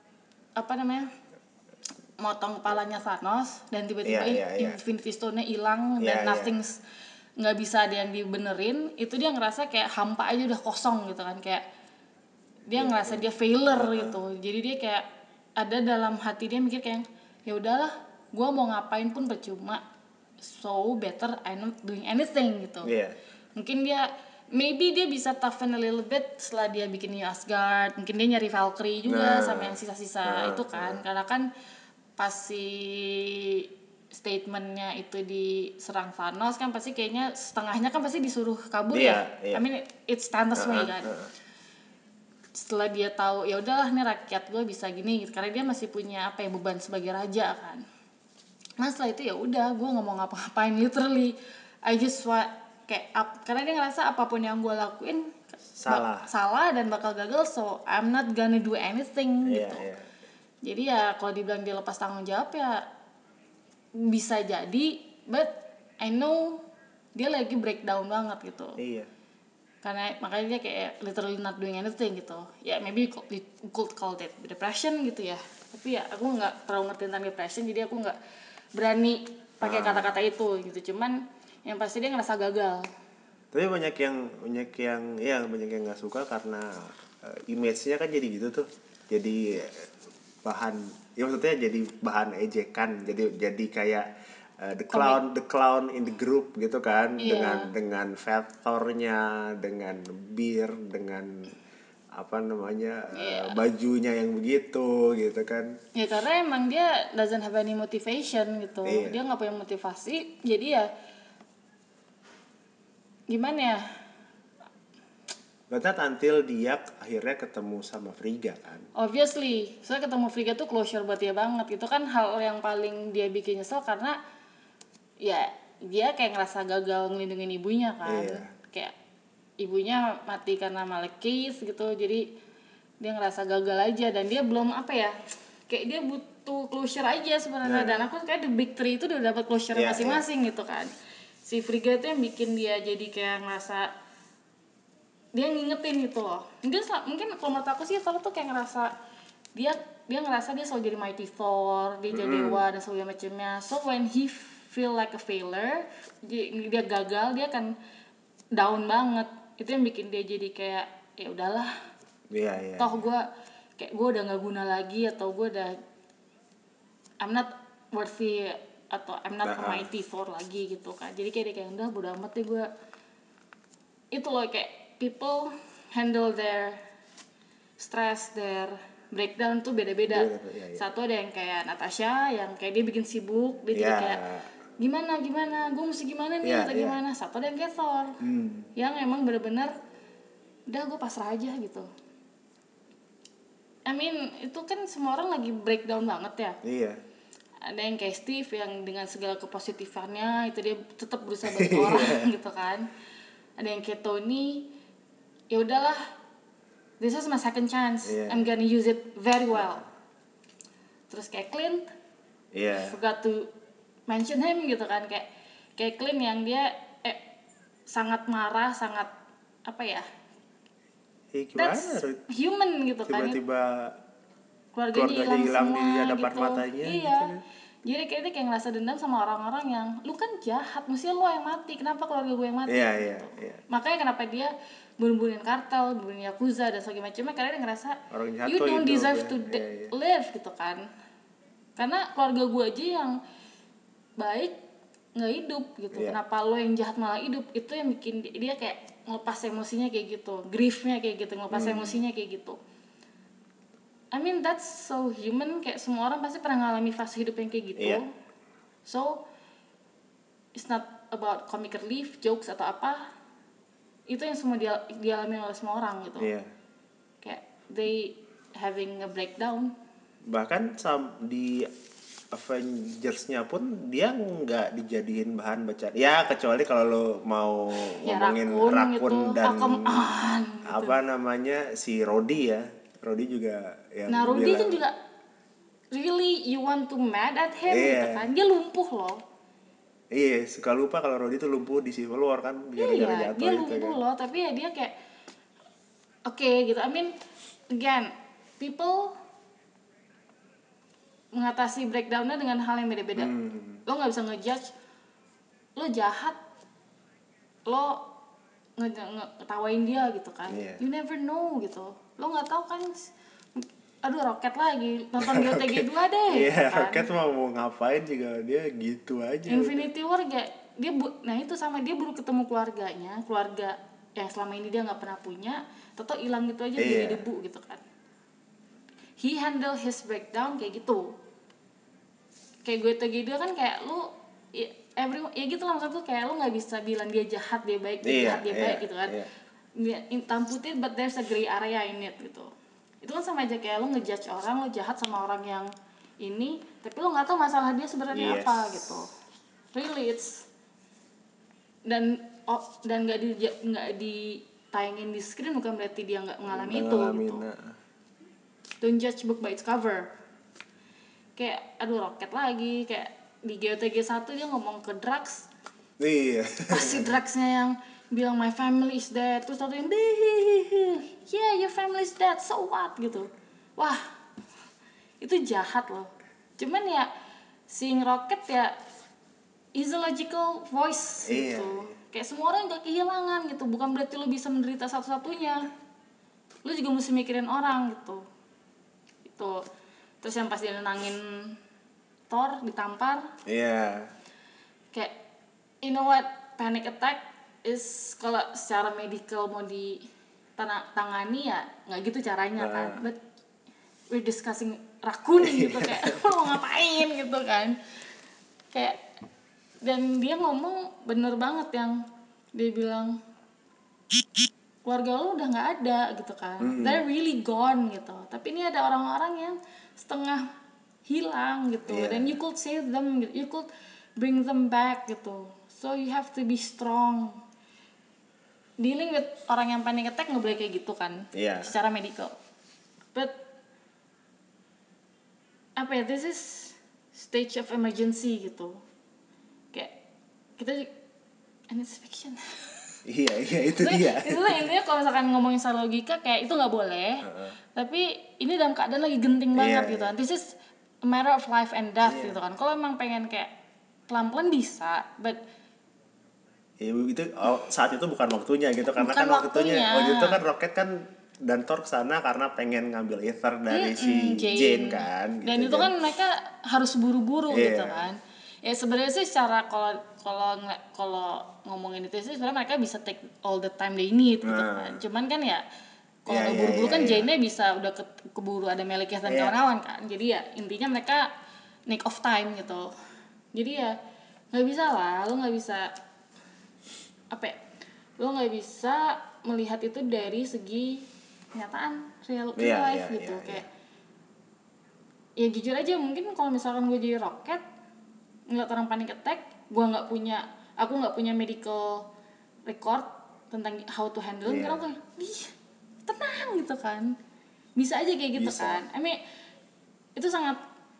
motong kepalanya Thanos dan tiba-tiba Infinity Stone-nya hilang dan nothing's nggak bisa ada yang dibenerin, itu dia ngerasa kayak hampa aja, udah kosong gitu kan. Kayak dia ngerasa dia failure gitu. Jadi dia kayak ada dalam hati dia mikir kayak ya udahlah, gue mau ngapain pun percuma, so better I'm not doing anything gitu. Mungkin maybe dia bisa toughen a little bit setelah dia bikin New Asgard. Mungkin dia nyari Valkyrie juga sama yang sisa-sisa itu kan. Karena kan pas si statementnya itu diserang Thanos kan pasti kayaknya setengahnya kan pasti disuruh kabur ya. I mean it's Thanos way kan. Setelah dia tahu ya udahlah nih rakyat gue bisa gini gitu, karena dia masih punya apa ya beban sebagai raja kan. Nah setelah itu ya udah gue nggak mau ngapa-ngapain, literally I just want kayak karena dia ngerasa apapun yang gue lakuin salah dan bakal gagal, so I'm not gonna do anything gitu. Jadi ya kalau dibilang dia lepas tanggung jawab ya bisa jadi, but I know dia lagi breakdown banget gitu. Karena makanya dia kayak literally not doing anything gitu. Ya maybe we could call that depression gitu ya. Tapi ya aku nggak terlalu ngerti tentang depression, jadi aku nggak berani pakai kata-kata itu gitu. Cuman yang pasti dia ngerasa gagal. Tapi banyak yang nggak suka karena image-nya kan jadi gitu tuh. Jadi bahan, ya maksudnya jadi bahan ejekan. Jadi kayak the clown in the group gitu kan. Dengan faktornya, dengan beer, dengan apa namanya bajunya yang begitu gitu kan. Ya karena emang dia doesn't have any motivation gitu. Dia nggak punya motivasi, jadi ya gimana ya? But not until dia akhirnya ketemu sama Frigga kan. Obviously, soalnya ketemu Frigga tuh closure buat dia banget. Itu kan hal yang paling dia bikin nyesel karena ya dia kayak ngerasa gagal ngelindungin ibunya kan. Kayak ibunya mati karena Malekith gitu, jadi dia ngerasa gagal aja dan dia belum apa ya, kayak dia butuh closure aja sebenarnya. Dan aku kayak the big three itu udah dapat closure masing-masing gitu kan. Si Frigga itu yang bikin dia jadi kayak ngerasa dia ngingetin gitu loh. Mungkin kalau menurut aku sih Thor tuh kayak ngerasa dia ngerasa dia selalu jadi mighty Thor, dia jadi dewa dan segala macamnya. So when he feel like a failure, dia gagal, dia akan down banget. Itu yang bikin dia jadi kayak ya udahlah. Toh gue udah nggak guna lagi, atau gue udah I'm not worthy, atau I'm not a mighty Thor lagi gitu kan. Jadi kayak dia kayak udah bodo amat deh gue. Itu loh kayak people handle their stress, their breakdown tuh beda-beda. Satu ada yang kayak Natasha yang kayak dia bikin sibuk, dia jadi kayak gimana gue mesti gimana nih atau gimana. Satu ada yang kayak Thor yang emang bener-bener udah gue pasrah aja gitu. I mean itu kan semua orang lagi breakdown banget ya. Ada yang kayak Steve yang dengan segala kepositifannya itu dia tetap berusaha bantu orang gitu kan. Ada yang kayak Tony, ya udahlah, this is my second chance, I'm gonna use it very well. Terus kayak Clint, forgot to mention him gitu kan, kayak Clint yang dia sangat marah, sangat apa ya, that's human gitu kan. Tiba-tiba keluarganya hilang di hadapan gitu. matanya gitu kan. Jadi kayak dia kayak ngerasa dendam sama orang-orang yang lu kan jahat, mestinya lu yang mati, kenapa keluarga gue yang mati gitu. Makanya kenapa dia bunuh-bunuhin kartel, bunuhin yakuza dan sebagainya, macamnya karena dia ngerasa you don't deserve to live gitu kan. Karena keluarga gue aja yang baik nggak hidup gitu, kenapa lo yang jahat malah hidup. Itu yang bikin dia kayak ngelepas emosinya kayak gitu, griefnya kayak gitu, ngelepas emosinya kayak gitu. I mean that's so human, kayak semua orang pasti pernah ngalami fase hidup yang kayak gitu. So it's not about comic relief, jokes atau apa. Itu yang semua dialami oleh semua orang gitu. Kayak they having a breakdown. Bahkan di Avengers-nya pun dia nggak dijadiin bahan bacaan. Ya kecuali kalau lo mau ngomongin Rakun gitu, dan apa namanya si Rhodey ya. Rhodey juga yang nah Rhodey kan juga really you want to mad at him gitu kan. Dia lumpuh loh. Suka lupa kalau Rhodey tuh lumpuh di Civil War kan, gara-gara jatuh dia lumpuh kan. Loh, tapi ya dia kayak okay, gitu. I mean again, people mengatasi breakdown-nya dengan hal yang beda-beda. Lo nggak bisa ngejudge lo jahat, lo ngetawain dia gitu kan. You never know gitu. Lo nggak tahu kan. Aduh Rocket lagi nonton GOTG 2 deh kan. Rocket mau ngapain juga dia gitu aja. Infinity War dia nah itu sama, dia baru ketemu keluarganya, keluarga yang selama ini dia nggak pernah punya, atau hilang gitu aja jadi debu gitu kan. He handle his breakdown kayak gitu. kayak gue gitu kan kayak lu ya, ya gitu lah, maksud tuh kayak lu nggak bisa bilang dia jahat dia baik, dia jahat dia baik gitu kan. Hitam putih, but there's a gray area in it gitu. Itu kan sama aja kayak lu ngejudge orang, lu jahat sama orang yang ini, tapi lu nggak tahu masalah dia sebenarnya apa gitu. Really it's dan nggak ditayangin di screen bukan berarti dia nggak mengalami itu gitu. Don't judge book by its cover. Kayak aduh Rocket lagi, kayak di GOTG 1 dia ngomong ke drugs. Pasti drugsnya yang bilang my family is dead, terus satu yang yeah your family is dead, so what gitu. Wah itu jahat loh. Cuman ya seeing Rocket ya is a logical voice gitu. Kayak semua orang gak kehilangan gitu, bukan berarti lo bisa menderita satu-satunya, lo juga mesti mikirin orang gitu. Itu terus yang pas dia nenangin Thor ditampar, kayak you know what, panic attack is kalau secara medical mau ditangani ya nggak gitu caranya kan, but we're discussing rakun gitu kayak lo mau ngapain gitu kan. Kayak dan dia ngomong bener banget yang dia bilang keluarga lo udah nggak ada gitu kan, they're really gone gitu, tapi ini ada orang-orang yang setengah hilang gitu, dan you could save them, you could bring them back gitu, so you have to be strong. Dealing with orang yang panic attack nggak boleh kayak gitu kan, secara medical, but apa ya, this is stage of emergency gitu. Kayak kita and it's fiction. Iya itu dia. Itulah intinya kalau misalkan ngomongin secara logika kayak itu nggak boleh. Tapi ini dalam keadaan lagi genting banget gitu kan. This is a matter of life and death gitu kan. Kalau emang pengen kayak pelan-pelan bisa, but itu saat itu bukan waktunya gitu, karena bukan kan waktunya waktu itu kan Rocket kan dan Thor kesana karena pengen ngambil ether dari si Jane kan gitu. Dan itu kan mereka harus buru-buru gitu kan. Ya sebenarnya sih secara kalau ngomongin itu sih sebenarnya mereka bisa take all the time they need gitu kan. Cuman kan ya kalau buru-buru kan Jane-nya bisa udah keburu ada Meliketh dan kawan-kawan kan. Jadi ya intinya mereka nick of time gitu. Jadi ya nggak bisa lah, lo nggak bisa apa ya, lo nggak bisa melihat itu dari segi kenyataan real life gitu. Kayak ya jujur aja mungkin kalau misalkan gue jadi Rocket ngeliat orang panic attack, aku nggak punya medical record tentang how to handle, karena aku tenang gitu kan, bisa aja kayak gitu kan. I mean itu sangat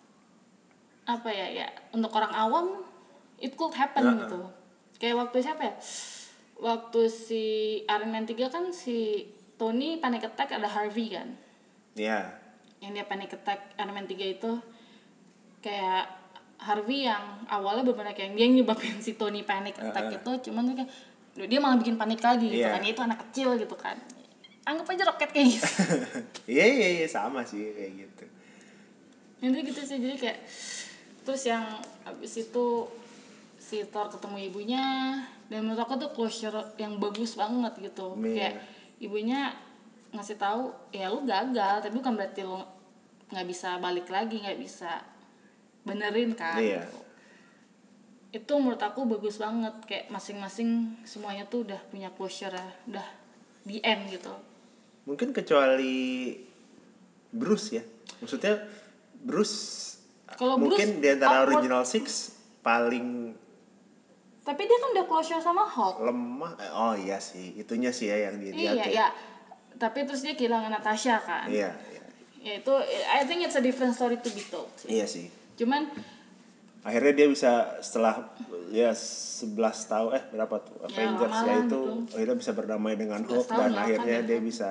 apa ya untuk orang awam it could happen gitu. Kayak waktu siapa ya, waktu si Iron Man 3 kan si Tony panic attack, ada Harvey kan yang dia panic attack Iron Man 3 itu. Kayak Harvey yang awalnya benar-benar kayak dia nyebabin si Tony panic attack itu, cuman tuh kayak dia malah bikin panik lagi gitu kan. Itu anak kecil gitu kan, anggap aja Rocket kayak gitu. Iya sama sih kayak gitu. Jadi gitu sih, jadi kayak terus yang abis itu si Thor ketemu ibunya, dan menurut aku tuh closure yang bagus banget gitu. Kayak ibunya ngasih tahu ya lu gagal, tapi bukan berarti lu nggak bisa balik lagi, nggak bisa benerin kan gitu. Itu menurut aku bagus banget, kayak masing-masing semuanya tuh udah punya closure ya, udah the end gitu. Mungkin kecuali Bruce ya, maksudnya Bruce kalau mungkin Bruce di antara awkward, original six paling, tapi dia kan udah closure sama Hulk. lemah. Oh iya sih, itunya sih ya yang dia lihat ya. Tapi terus dia kehilangan Natasha kan. Ya itu I think it's a different story to be told sih. Iya sih. Cuman akhirnya dia bisa setelah 11 tahun berapa tuh Avengers ya itu gitu. Akhirnya bisa berdamai dengan Hulk dan akhirnya kan, dia bisa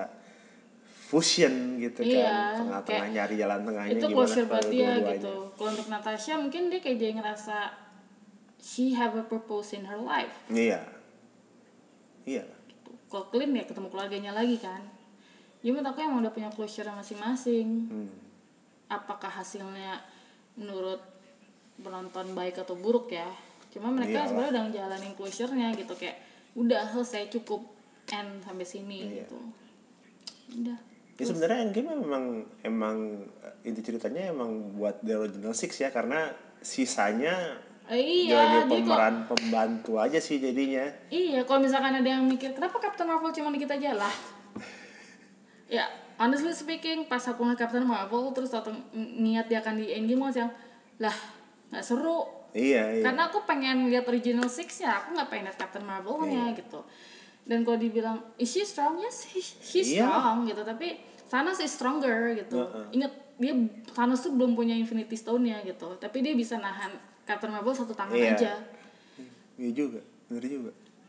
fusion gitu kan, tengah-tengah nyari jalan tengahnya itu gimana closure buat dia gitu. Kalau untuk Natasha mungkin dia kayak jadi ngerasa she have a purpose in her life. Iya gitu. Kalau Clint ya ketemu keluarganya lagi kan. Ya menurut aku emang udah punya closure masing-masing. Apakah hasilnya menurut penonton baik atau buruk ya, cuma mereka sebenarnya udah ngejalanin closure-nya gitu, kayak udah selesai, cukup end sampai sini gitu. Udah. Ya sebenarnya Endgame emang inti ceritanya emang buat The Original Six ya, karena sisanya Iya, jadi pemeran pembantu aja sih jadinya. Iya, kalau misalkan ada yang mikir kenapa Captain Marvel cuma dikit aja lah. Ya, honestly speaking, pas aku ngeliat Captain Marvel terus niat dia akan di Endgame yang lah nggak seru. Iya. Karena aku pengen lihat original six ya, aku nggak pengen lihat Captain Marvel-nya gitu. Dan kalau dibilang is she strong? Yes, she's strong gitu. Tapi Thanos is stronger gitu. Ingat dia Thanos tuh belum punya Infinity Stone-nya gitu. Tapi dia bisa nahan Captain Marvel satu tangan aja. Iya juga, bener juga.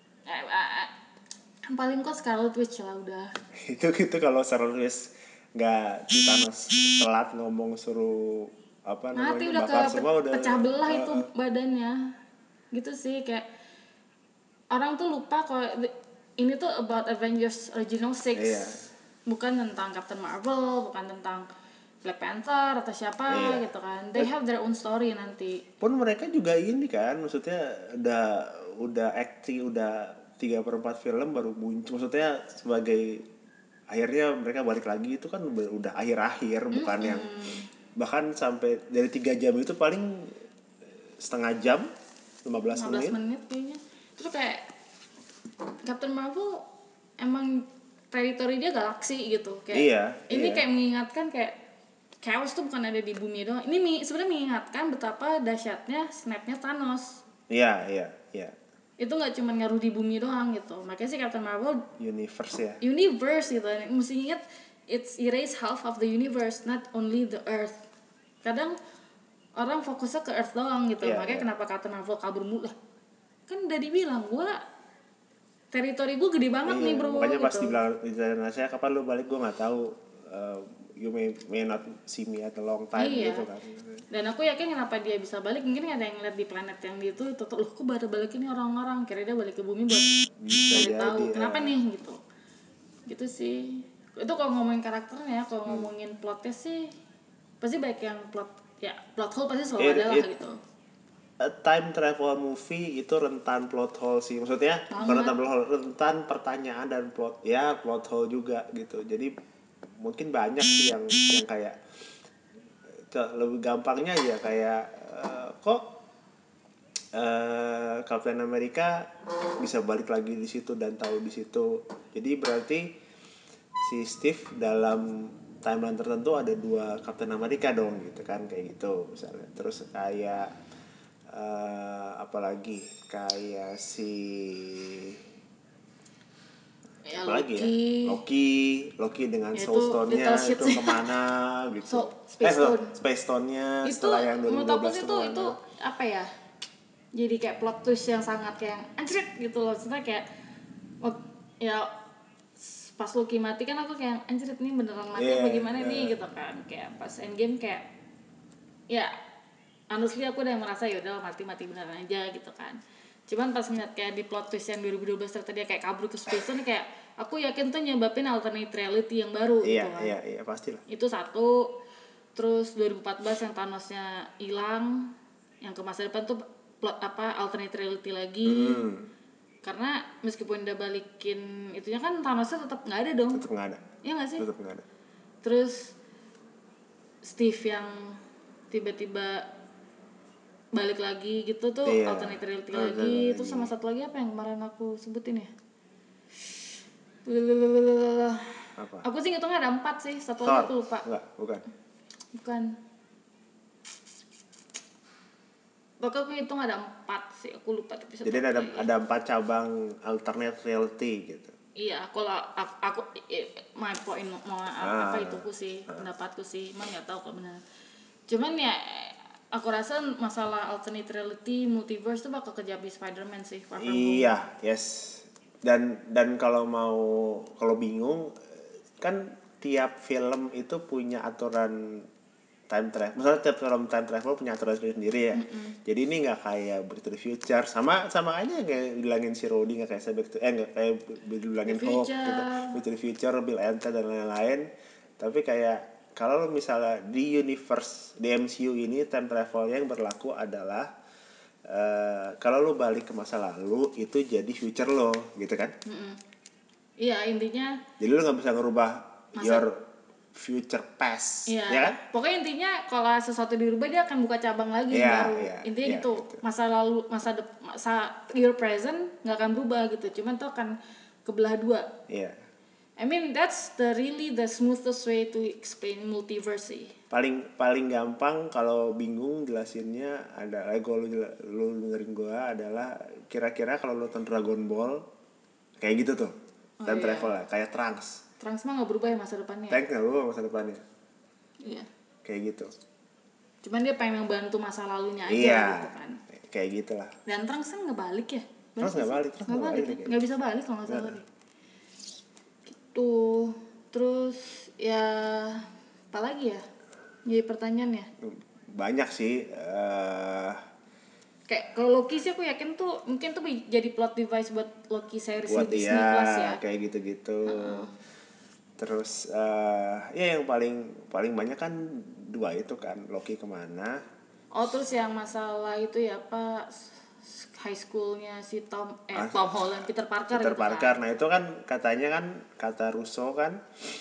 Paling kok Scarlet Witch lah udah. itu kalau Scarlet Witch nggak si Thanos telat ngomong suruh apa Mati namanya udah bakar semua udah pecah belah itu badannya. Gitu sih kayak orang tuh lupa kalau ini tuh about Avengers Original Six. Bukan tentang Captain Marvel, bukan tentang Black Panther atau siapa gitu kan. They have their own story nanti. Pun mereka juga ini kan, maksudnya udah acting udah 3/4 film baru muncul, maksudnya sebagai akhirnya mereka balik lagi itu kan udah akhir-akhir bukan yang bahkan sampai dari 3 jam itu paling setengah jam 15 menit kayaknya. Terus kayak Captain Marvel emang teritori dia galaksi gitu kayak ini kayak mengingatkan kayak chaos tuh bukan ada di bumi doang. Ini sebenarnya mengingatkan betapa dahsyatnya snapnya Thanos. Iya. Itu nggak cuma ngaruh di bumi doang gitu. Makanya sih Captain Marvel universe gitu. Mesti ingat it's erase half of the universe, not only the Earth. Kadang orang fokusnya ke Earth doang gitu. Makanya kenapa Captain Marvel kabur mulu lah. Kan udah dibilang teritori gue gede banget nih bro. Makanya gitu. pas dibilang saya kapan lu balik gue nggak tahu. You may not see me at a long time gitu kan. Dan aku yakin kenapa dia bisa balik, mungkin ada yang lihat di planet yang dia tuh loh kok baru balik ini orang-orang, kira dia balik ke bumi buat cari tahu kenapa nih gitu sih. Itu kalau ngomongin karakternya, kalau ngomongin plotnya sih pasti baik yang plot hole pasti selalu ada lah gitu. A time travel movie itu rentan plot hole sih, maksudnya bukan rentan plot hole, rentan pertanyaan dan plot hole juga gitu. Jadi mungkin banyak sih yang kayak lebih gampangnya aja kayak kok Captain America bisa balik lagi di situ dan tahu di situ. Jadi berarti si Steve dalam timeline tertentu ada 2 Captain America dong gitu kan, kayak gitu misalnya. Terus kayak apalagi kayak si apalagi Loki dengan Soul Stone-nya itu kemana gitu. Space Stone-nya setelah yang 2012 itu apa ya? Jadi kayak plot twist yang sangat kayak anjrit gitu loh. Sebenarnya kayak ya pas Loki mati kan aku kayak anjrit nih beneran mati apa gimana nih gitu kan. Kayak pas Endgame kayak ya honestly aku udah merasa ya udah mati beneran aja gitu kan. Cuman pas ngeliat kayak di plot twist yang 2012 ternyata dia kayak kabur ke Space Stone kayak aku yakin tuh nyebabin alternate reality yang baru gitu kan. Iya pastilah. Itu satu. Terus 2014 yang Thanosnya hilang, yang ke masa depan tuh alternate reality lagi. Karena meskipun udah balikin itunya kan Thanosnya tetap nggak ada dong. Tetap nggak ada. Iya nggak sih? Tetap nggak ada. Terus Steve yang tiba-tiba balik lagi gitu tuh alternate reality lagi. Terus sama satu lagi apa yang kemarin aku sebutin ya? Apa? Aku sih ngitungnya ada 4 sih. Satu lagi aku lupa. Bukan. Pokoknya aku hitung ada 4 sih, aku lupa tapi jadi ada 4 cabang alternate reality gitu. Iya, kalau aku my point apa ituku sih, pendapatku sih, emang nggak tahu kalau benar. Cuman ya aku rasa masalah alternate reality, multiverse tuh bakal kejap di Spider-Man sih. Iya, yes. Dan kalau bingung kan tiap film itu punya aturan time travel. Misalnya tiap film time travel punya aturan sendiri ya. Jadi ini nggak kayak Back to the Future, sama aja kayak bilangin si Rhodey nggak kayak nggak kayak bilangin Hulk gitu. Back to the Future, Bill and Ted dan lain-lain. Tapi kayak kalau misalnya di universe di MCU ini time travel yang berlaku adalah kalau lo balik ke masa lalu itu jadi future lo gitu kan. Iya intinya jadi lo nggak bisa ngerubah future past, Iya. ya kan? Pokoknya intinya kalau sesuatu dirubah dia akan buka cabang lagi yang baru. Intinya gitu. Masa lalu, masa your present nggak akan berubah gitu. Cuman tuh akan kebelah dua. Iya. I mean that's really the smoothest way to explain multiverse sih. Paling gampang kalau bingung jelasinnya ada lu dengerin gua adalah kira-kira kalau lu nonton Dragon Ball kayak gitu tuh. Dan travel lah, kayak Trunks. Trunks mah nggak berubah ya masa depannya. Trunks nggak berubah masa depannya. Iya. Kayak gitu. Cuman dia pengen membantu masa lalunya aja gitu kan. Kayak gitulah. Dan Trunks kan nggak balik ya. Trunks nggak balik. Nggak bisa balik kalau nggak salah deh. Gitu. Terus ya apa lagi ya? Jadi pertanyaannya. Banyak sih. Kayak kalau Loki sih aku yakin tuh mungkin tuh jadi plot device buat Loki series buat di Disney Plus ya. Kayak gitu-gitu. Terus ya yang paling banyak kan 2 itu kan, Loki kemana. Oh terus yang masalah itu ya apa high schoolnya si Tom Holland Peter Parker Peter gitu Parker. kan. Nah itu kan katanya kan kata Russo kan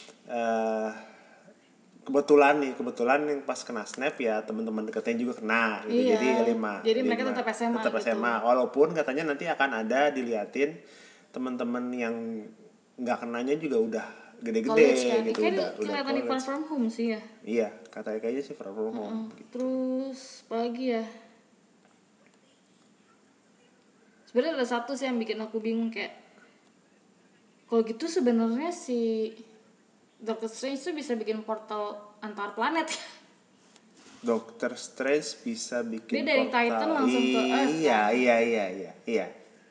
kebetulan yang pas kena snap ya teman-teman dekatnya juga kena gitu. Iya, jadi mereka tetap SMA gitu. walaupun katanya nanti akan ada diliatin teman-teman yang nggak kenanya juga udah gede-gede kan? gitu, udah kelihatan di Far From Home sih ya. Iya, kayaknya sih Far From Home gitu. Terus apa lagi ya, sebenarnya ada satu sih yang bikin aku bingung, kayak kalau gitu sebenarnya si Doctor Strange tuh bisa bikin portal antar planet. Doctor Strange bisa bikin dia dari portal. Titan langsung ke Earth Iya. kan?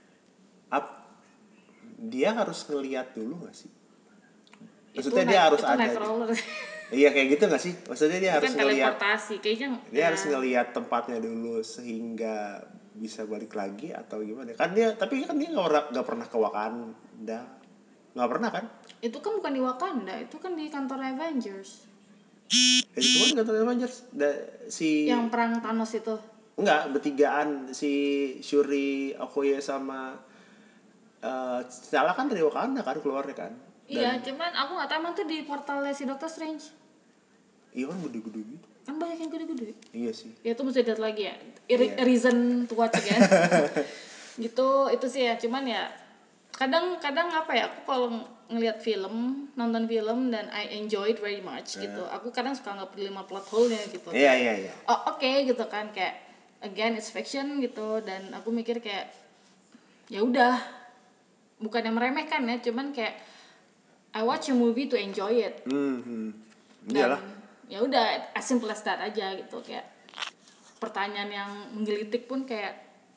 Dia harus ngelihat dulu nggak sih? Maksudnya dia harus itu ada. Iya kayak gitu nggak sih? Maksudnya dia harus ngelihat. Dia harus ngelihat tempatnya dulu sehingga bisa balik lagi atau gimana? Tapi dia nggak pernah ke Wakanda. Nggak pernah kan? Itu kan bukan di Wakanda, itu kan di kantor Avengers. Itu kan di kantor Avengers. Yang perang Thanos itu. Enggak, bertigaan si Shuri, Okoye sama T'Challa kan dari Wakanda kan keluarnya kan. Iya, cuman aku nggak tahu emang tuh di portalnya si Doctor Strange. Iya kan gede-gede gitu. Kan banyak yang gede-gede. Iya sih. Ya itu mesti lihat lagi ya. Reason to watch again. Gitu, itu sih ya. Cuman ya kadang apa ya, aku kalau nonton film dan I enjoy it very much gitu. Aku kadang suka nggak peduli sama plot hole-nya gitu. Iya. Oh oke, gitu kan, kayak again it's fiction gitu, dan aku mikir kayak ya udah, bukan yang meremehkan ya, cuman kayak I watch a movie to enjoy it. Iyalah. Ya udah, as simple as that aja gitu. Kayak pertanyaan yang menggelitik pun kayak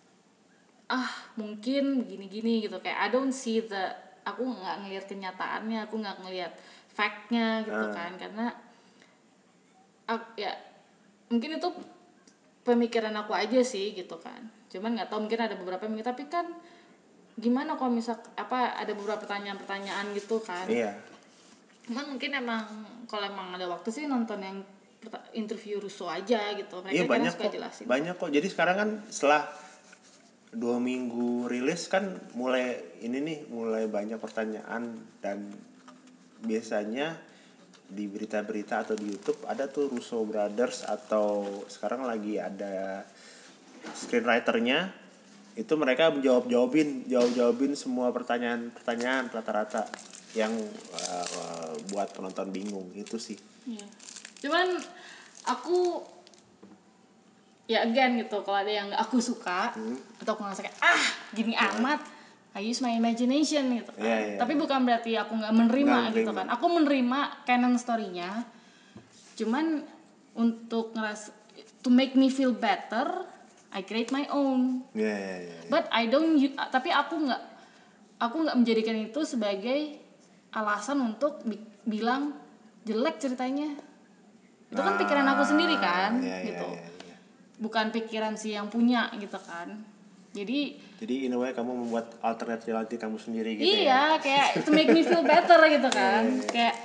mungkin gini-gini gitu, kayak I don't see aku nggak ngelihat kenyataannya, aku nggak ngelihat fact-nya gitu kan, karena ya mungkin itu pemikiran aku aja sih gitu kan. Cuman nggak tahu, mungkin ada beberapa yang tapi kan gimana kalau misal ada beberapa pertanyaan gitu kan. Iya. Cuman mungkin kalau emang ada waktu sih nonton yang interview Russo aja gitu. Mereka iya, banyak suka jelasin. Banyak kok. Jadi sekarang kan setelah 2 minggu rilis kan mulai banyak pertanyaan, dan biasanya di berita-berita atau di YouTube ada tuh Russo Brothers, atau sekarang lagi ada screenwriternya, itu mereka jawabin semua pertanyaan rata-rata yang buat penonton bingung itu sih. Iya. Cuman aku ya again gitu, kalau ada yang aku suka atau aku ngerasa kayak gini amat, I use my imagination gitu kan. Yeah. Tapi bukan berarti aku nggak menerima gitu kan. Aku menerima canon story-nya. Cuman untuk to make me feel better, I create my own. Yeah. But tapi aku nggak menjadikan itu sebagai alasan untuk bilang jelek ceritanya. Itu kan pikiran aku sendiri kan, gitu. Yeah. Bukan pikiran si yang punya gitu kan. Jadi in a way kamu membuat alternate reality kamu sendiri gitu. Iya, kayak to make me feel better gitu kan. Kayak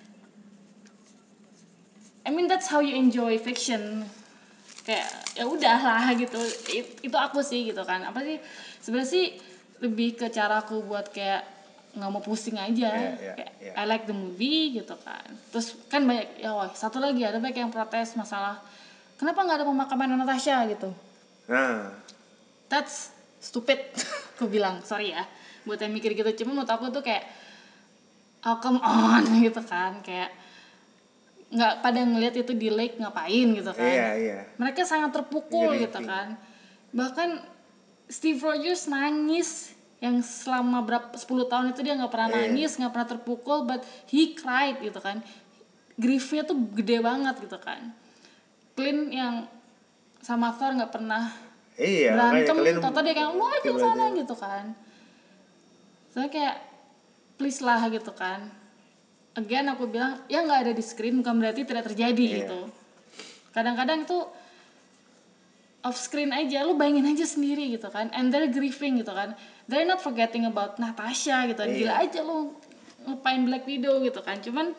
I mean that's how you enjoy fiction. Kayak ya udahlah gitu. Itu aku sih gitu kan. Apa sih sebenarnya sih lebih ke caraku buat kayak nggak mau pusing aja. Kayak I like the movie gitu kan. Terus kan banyak ya wah, satu lagi ada banyak yang protes masalah kenapa nggak ada pemakaman Natasha gitu. That's stupid. Aku bilang sorry ya buat yang mikir gitu, cuma menurut aku tuh kayak oh come on gitu kan, kayak nggak pada ngelihat itu di lake ngapain gitu kan. Mereka sangat terpukul gitu kan. Bahkan Steve Rogers nangis yang selama 10 tahun itu dia nggak pernah nangis, nggak pernah terpukul, but he cried gitu kan. Griefnya tuh gede banget gitu kan. Clint yang sama Thor nggak pernah berantem, tau dia kayak wah itu sana gitu kan. Soalnya kayak please lah gitu kan. Again aku bilang ya nggak ada di screen bukan berarti tidak terjadi gitu. Kadang-kadang itu off screen aja, lu bayangin aja sendiri gitu kan, and they're grieving gitu kan, they're not forgetting about Natasha gitu kan. Gila aja lu ngelupain Black Widow gitu kan. Cuman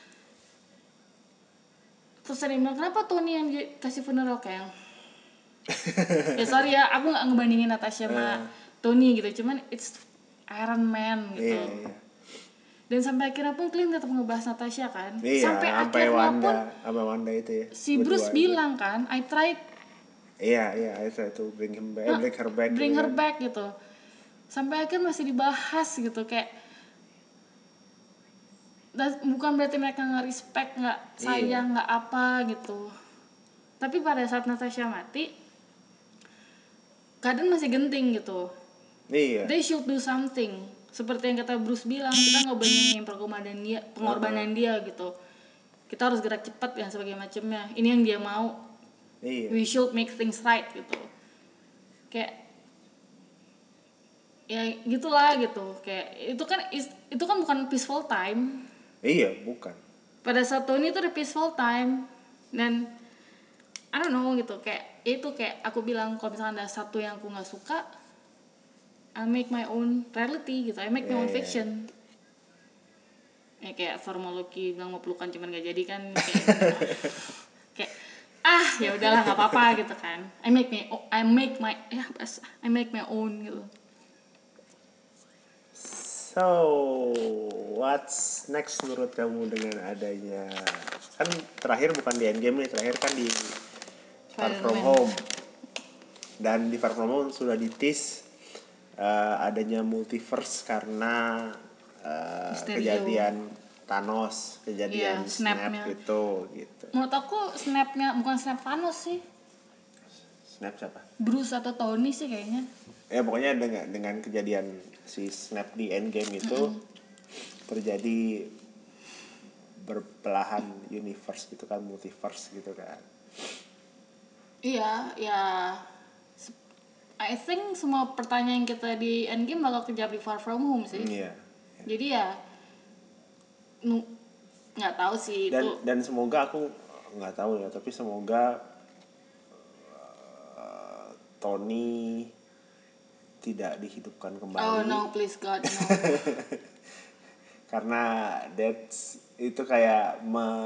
terus ada yang bilang kenapa Tony yang dikasih funeral kayak ya sorry ya aku nggak ngebandingin Natasha sama Tony gitu, cuman it's Iron Man gitu. Dan sampai akhirnya pun Clint tetap ngebahas Natasha kan. Sampai akhirnya pun Wanda itu ya. Si Bruce bilang kan, I tried I tried to bring her back gitu. Sampai akhir masih dibahas gitu kayak bukan berarti mereka nggak respect, nggak sayang, nggak apa gitu. Tapi pada saat Natasha mati, keadaan masih genting gitu. They should do something. Seperti yang kata Bruce bilang, kita nggak boleh pengorbanan dia gitu. Kita harus gerak cepat dan sebagainya macamnya. Ini yang dia mau. We should make things right gitu. Kayak ya gitulah gitu. Kayak itu kan bukan peaceful time. Bukan. Pada saat Tony itu udah peaceful time. Dan I don't know gitu, kayak itu kayak aku bilang kalau misalnya ada satu yang aku nggak suka, I make my own reality gitu, I make my own fiction. Ya kayak Loki bilang mau pelukan cuman gak jadi kan, kayak ya udahlah nggak apa-apa gitu kan. I make my own gitu. So what's next menurut kamu dengan adanya kan terakhir bukan di Endgame nih, terakhir kan di Far From Home, dan di Far From Home sudah di-tease adanya multiverse karena kejadian Thanos, kejadian snap gitu. Menurut aku snapnya bukan snap Thanos sih. Snap siapa? Bruce atau Tony sih kayaknya. Ya pokoknya dengan kejadian si snap di Endgame itu terjadi berbelahan universe gitu kan, multiverse gitu kan. Iya, ya I think semua pertanyaan kita di Endgame bakal kejawab di Far From Home sih. Jadi ya nggak tahu sih dan semoga aku nggak tahu ya, tapi semoga Tony tidak dihidupkan kembali. Oh no, please God, no. Karena itu kayak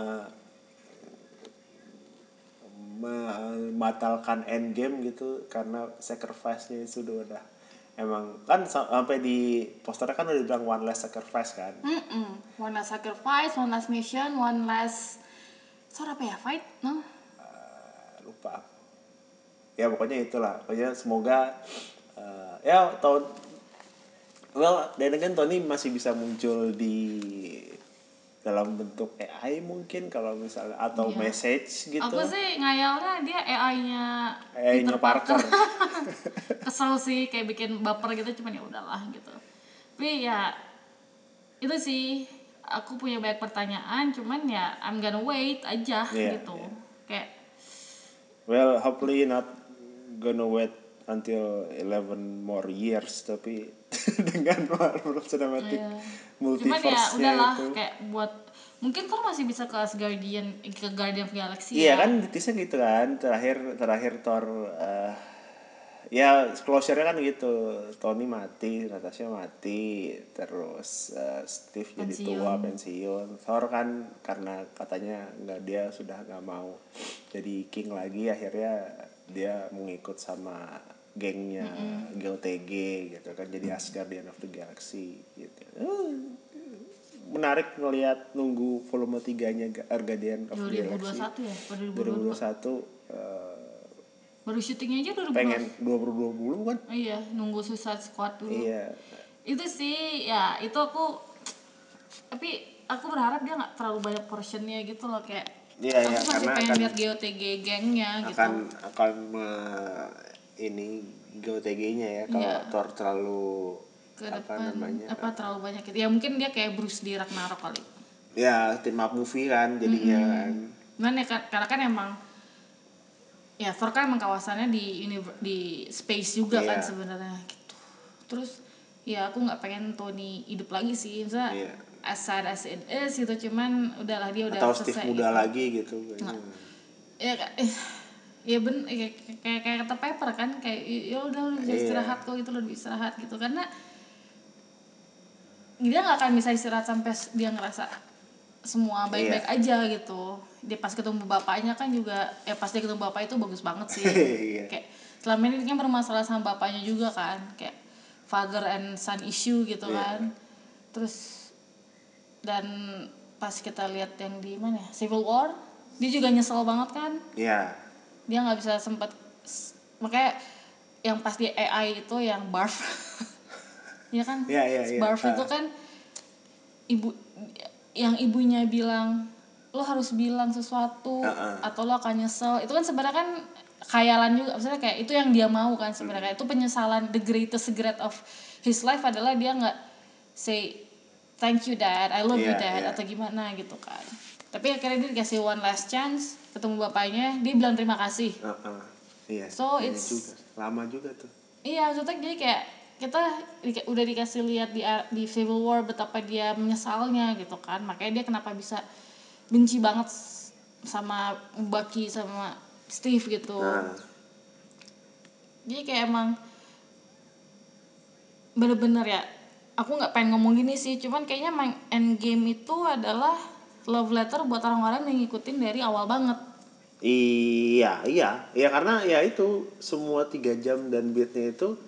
membatalkan Endgame gitu, karena sacrifice-nya itu udah emang kan sampai di posternya kan udah dibilang one last sacrifice kan. One last sacrifice, one last mission, one last apa ya, fight, no? Lupa. Ya pokoknya itulah. Pokoknya semoga ya dan kan Tony masih bisa muncul di dalam bentuk AI mungkin kalau misalnya atau message gitu. Aku sih ngayalnya dia AI-nya Peter Parker. Kesel sih kayak bikin baper gitu, cuman ya udahlah gitu. Tapi ya itu sih, aku punya banyak pertanyaan, cuman ya I'm gonna wait aja gitu. Kayak well, hopefully not gonna wait until 11 more years, tapi dengan Marvel Cinematic Multiverse-nya cuman ya udahlah itu. Kayak buat mungkin Thor masih bisa ke Guardian of Galaxy. Iya kan ditisnya gitu kan, terakhir Thor ya closure-nya kan gitu. Tony mati, Natasha mati, terus Steve jadi tua pensiun. Thor kan karena katanya dia sudah nggak mau jadi king lagi, akhirnya dia mengikut sama gengnya GOTG gitu kan, jadi Asgardian of the Galaxy gitu. Menarik ngelihat nunggu volume 3-nya Guardian of the Galaxy 2021 ya? 2021 baru syutingnya aja 2020. pengen 2020 kan. Iya, nunggu Suicide Squad dulu. Iya. Itu sih ya, itu tapi aku berharap dia nggak terlalu banyak portionnya gitu loh, kayak aku masih pengen lihat GOTG gengnya gitu. Akan ini GOTG-nya ya kalau Thor terlalu ke depan terlalu banyak gitu. Ya mungkin dia kayak Bruce di Ragnarok kali. Ya, team up movie kan jadinya kan. Cuman ya karena kan emang ya Thor kan emang kawasannya di space juga kan sebenarnya gitu. Terus ya aku nggak pengen Tony hidup lagi sih, misalnya as sad as it is gitu, cuman udahlah dia udah atau selesai Steve muda gitu. lagi gitu Ya ya kayak kata Pepper kan, kayak ya udah lu bisa istirahat kok, itu lu bisa istirahat gitu, karena dia nggak akan bisa istirahat sampai dia ngerasa semua baik-baik aja gitu. Dia pas ketemu bapaknya kan juga, pas dia ketemu bapak itu bagus banget sih. Kayak selama ini dia kan bermasalah sama bapaknya juga kan, kayak father and son issue gitu kan. Terus dan pas kita lihat yang di mana ya, Civil War, dia juga nyesel banget kan. Dia nggak bisa sempet, makanya yang pas di AI itu yang Barf ya kan, Barf itu kan ibunya bilang lo harus bilang sesuatu atau lo akan nyesel. Itu kan sebenarnya kan khayalan juga, maksudnya kayak itu yang dia mau kan sebenarnya. Itu penyesalan, the greatest regret of his life adalah dia nggak say thank you dad, I love you dad atau gimana gitu kan. Tapi akhirnya dia dikasih one last chance, ketemu bapaknya, dia bilang terima kasih. So it's juga lama juga tuh. Iya, maksudnya jadi kayak kita udah dikasih lihat di Civil War betapa dia menyesalnya gitu kan. Makanya dia kenapa bisa benci banget sama Bucky sama Steve gitu. Jadi kayak emang bener-bener ya, aku nggak pengen ngomong gini sih, cuman kayaknya main Endgame itu adalah love letter buat orang-orang yang ngikutin dari awal banget. Iya karena ya itu semua 3 jam dan beatnya itu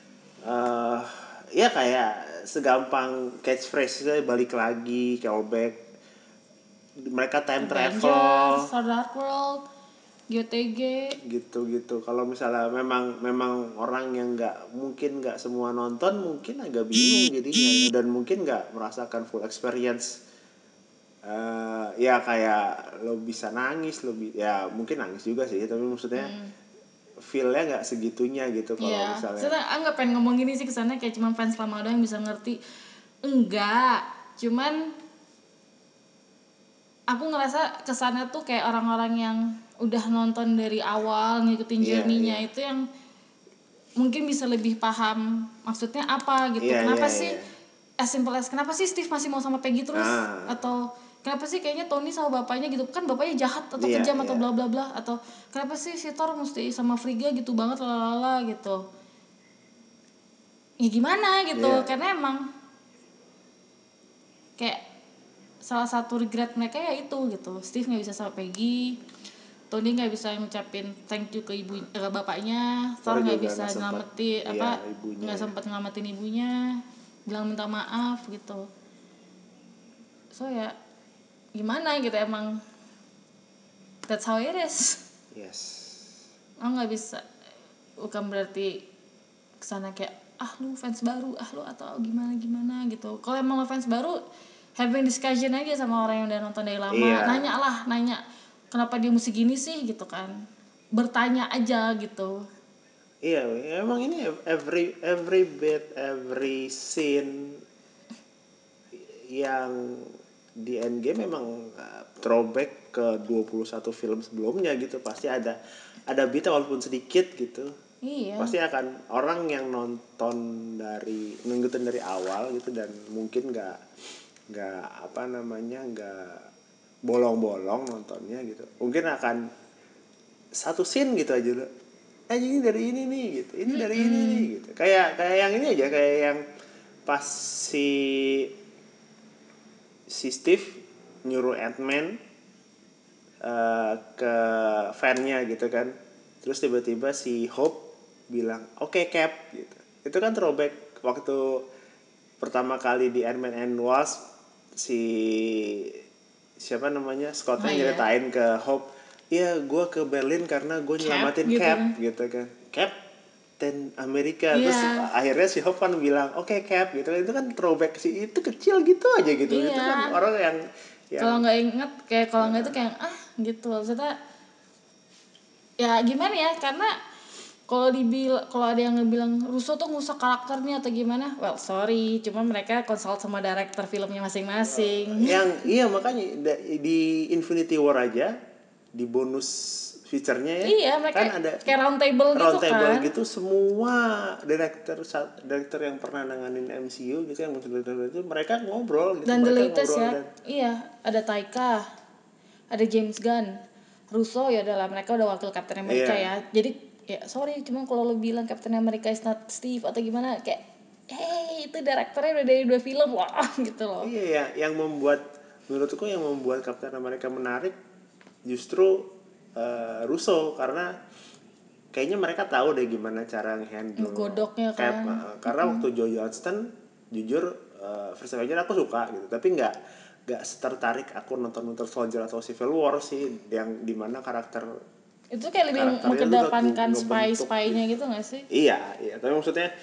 ya kayak segampang catchphrase saya balik lagi, callback, mereka time travel, Dark World, GOTG gitu. Kalau misalnya memang orang yang mungkin nggak semua nonton, mungkin agak bingung jadinya dan mungkin nggak merasakan full experience. Ya kayak lo bisa nangis, ya mungkin nangis juga sih, tapi maksudnya feel-nya nggak segitunya gitu kalau misalnya. Saya nggak pengen ngomong gini sih kesannya kayak cuma fans lama doang yang bisa ngerti. Enggak, cuman aku ngerasa kesannya tuh kayak orang-orang yang udah nonton dari awal ngikutin journey-nya itu yang mungkin bisa lebih paham maksudnya apa gitu. Kenapa sih as simple as kenapa sih Steve masih mau sama Peggy terus, atau kenapa sih kayaknya Tony sama bapaknya gitu, kan bapaknya jahat atau kejam atau bla bla bla, atau kenapa sih si Thor mesti sama Frigga gitu banget lalala gitu. Ya gimana gitu, karena emang kayak salah satu regret mereka ya itu gitu, Steve nggak bisa sama Peggy, Tony nggak bisa ngucapin thank you ke bapaknya, Thor nggak bisa nyelamatin nggak sempat nyelamatin ibunya, bilang minta maaf gitu. So ya gimana gitu, emang that's how it is. Nggak bisa, bukan berarti kesana kayak lu fans baru lu atau gimana gitu. Kalau emang lo fans baru, having discussion aja sama orang yang udah nonton dari lama. Nanya kenapa dia mesti gini sih gitu kan, bertanya aja gitu. Emang ini every bit, every scene yang di Endgame memang throwback ke 21 film sebelumnya gitu. Pasti ada beat walaupun sedikit gitu. Pasti akan orang yang ngikutin dari awal gitu, dan mungkin nggak bolong-bolong nontonnya gitu, mungkin akan satu scene gitu aja loh, ini dari ini nih gitu, ini dari ini nih gitu, kayak yang ini aja, kayak yang pas si Steve nyuruh Ant-Man ke fan-nya gitu kan, terus tiba-tiba si Hope bilang oke, Cap gitu. Itu kan throwback waktu pertama kali di Ant-Man and Wasp, si siapa namanya Scott Lang nyeritain ke Hope, iya gue ke Berlin karena gue nyelamatin Cap gitu kan, Captain America. Terus akhirnya si Hope kan bilang oke, Cap gitu. Itu kan throwback sih, itu kecil gitu aja gitu. Itu kan orang yang kalau nggak inget kayak kalau nggak itu kayak gitu. Maksudnya ya gimana ya, karena kalau ada yang bilang Russo tuh ngusak karakternya atau gimana, well sorry, cuma mereka consult sama director filmnya masing-masing. Iya makanya di Infinity War aja di bonus feature-nya ya, iya, mereka kan ada kayak round table gitu, semua director yang pernah nanganin MCU gitu, yang itu mereka ngobrol gitu. Dan mereka the latest ngobrol ya, iya ada Taika, ada James Gunn, Russo ya adalah mereka udah wakil Captain America ya. Jadi ya sorry, cuma kalau lo bilang Captain America is not Steve atau gimana, kayak itu direkturnya udah dari 2 film wah gitu loh. Iya ya, menurutku yang membuat Captain America menarik justru Russo, karena kayaknya mereka tahu deh gimana cara ngehandle godoknya Cap kan. Karena waktu Joe Johnston jujur First Avenger aku suka gitu, tapi nggak tertarik aku nonton Winter Soldier atau Civil War sih, yang dimana karakter itu kayak lebih mengedepankan spy-nya gitu nggak sih? Iya tapi maksudnya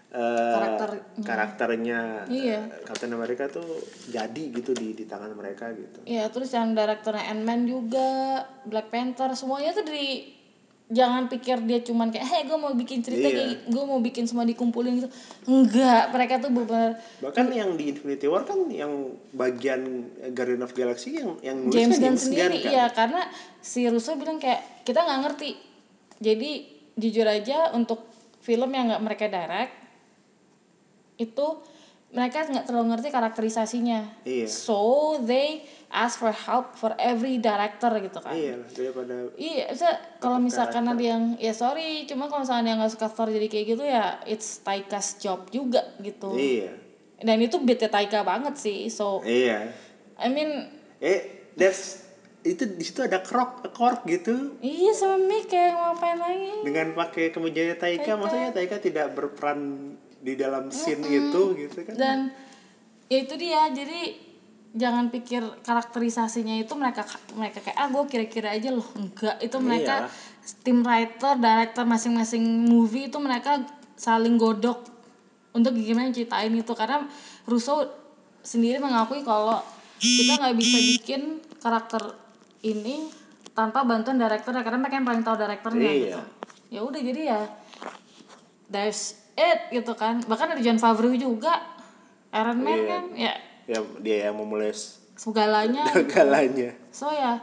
karakternya iya. Captain America tuh jadi gitu di tangan mereka gitu. Iya, terus yang direkturnya Ant-Man juga, Black Panther, semuanya tuh jangan pikir dia cuman kayak gue mau bikin cerita kayak gue mau bikin semua dikumpulin gitu. Enggak, mereka tuh benar. Bahkan yang di Infinity War kan yang bagian Guardian of Galaxy yang nulis James kan Gunn sendiri kan? Iya, karena si Russo bilang kayak kita nggak ngerti. Jadi jujur aja untuk film yang nggak mereka direct itu mereka nggak terlalu ngerti karakterisasinya. So they ask for help for every director gitu kan. Iya, daripada kalau misalkan ada yang ya sorry, cuma kalau misalnya yang nggak suka Thor jadi kayak gitu ya it's Taika's job juga gitu. Iya. Dan itu beatnya Taika banget sih. So iya. I mean itu di situ ada kork gitu. Iya, sama Mick kayak ngapain lagi? Dengan pakai kemejanya Taika, maksudnya Taika tidak berperan di dalam scene itu gitu kan. Dan ya itu dia, jadi jangan pikir karakterisasinya itu mereka kayak gue kira-kira aja loh, enggak, itu mereka tim writer, director masing-masing movie itu mereka saling godok untuk gimana ceritain itu, karena Russo sendiri mengakui kalau kita nggak bisa bikin karakter ini tanpa bantuan director karena mereka yang paling tahu direkturnya gitu. Ya udah, jadi ya that's it gitu kan. Bahkan ada Jon Favreau juga, Iron Man kan ya dia yang memulai segalanya gitu. So ya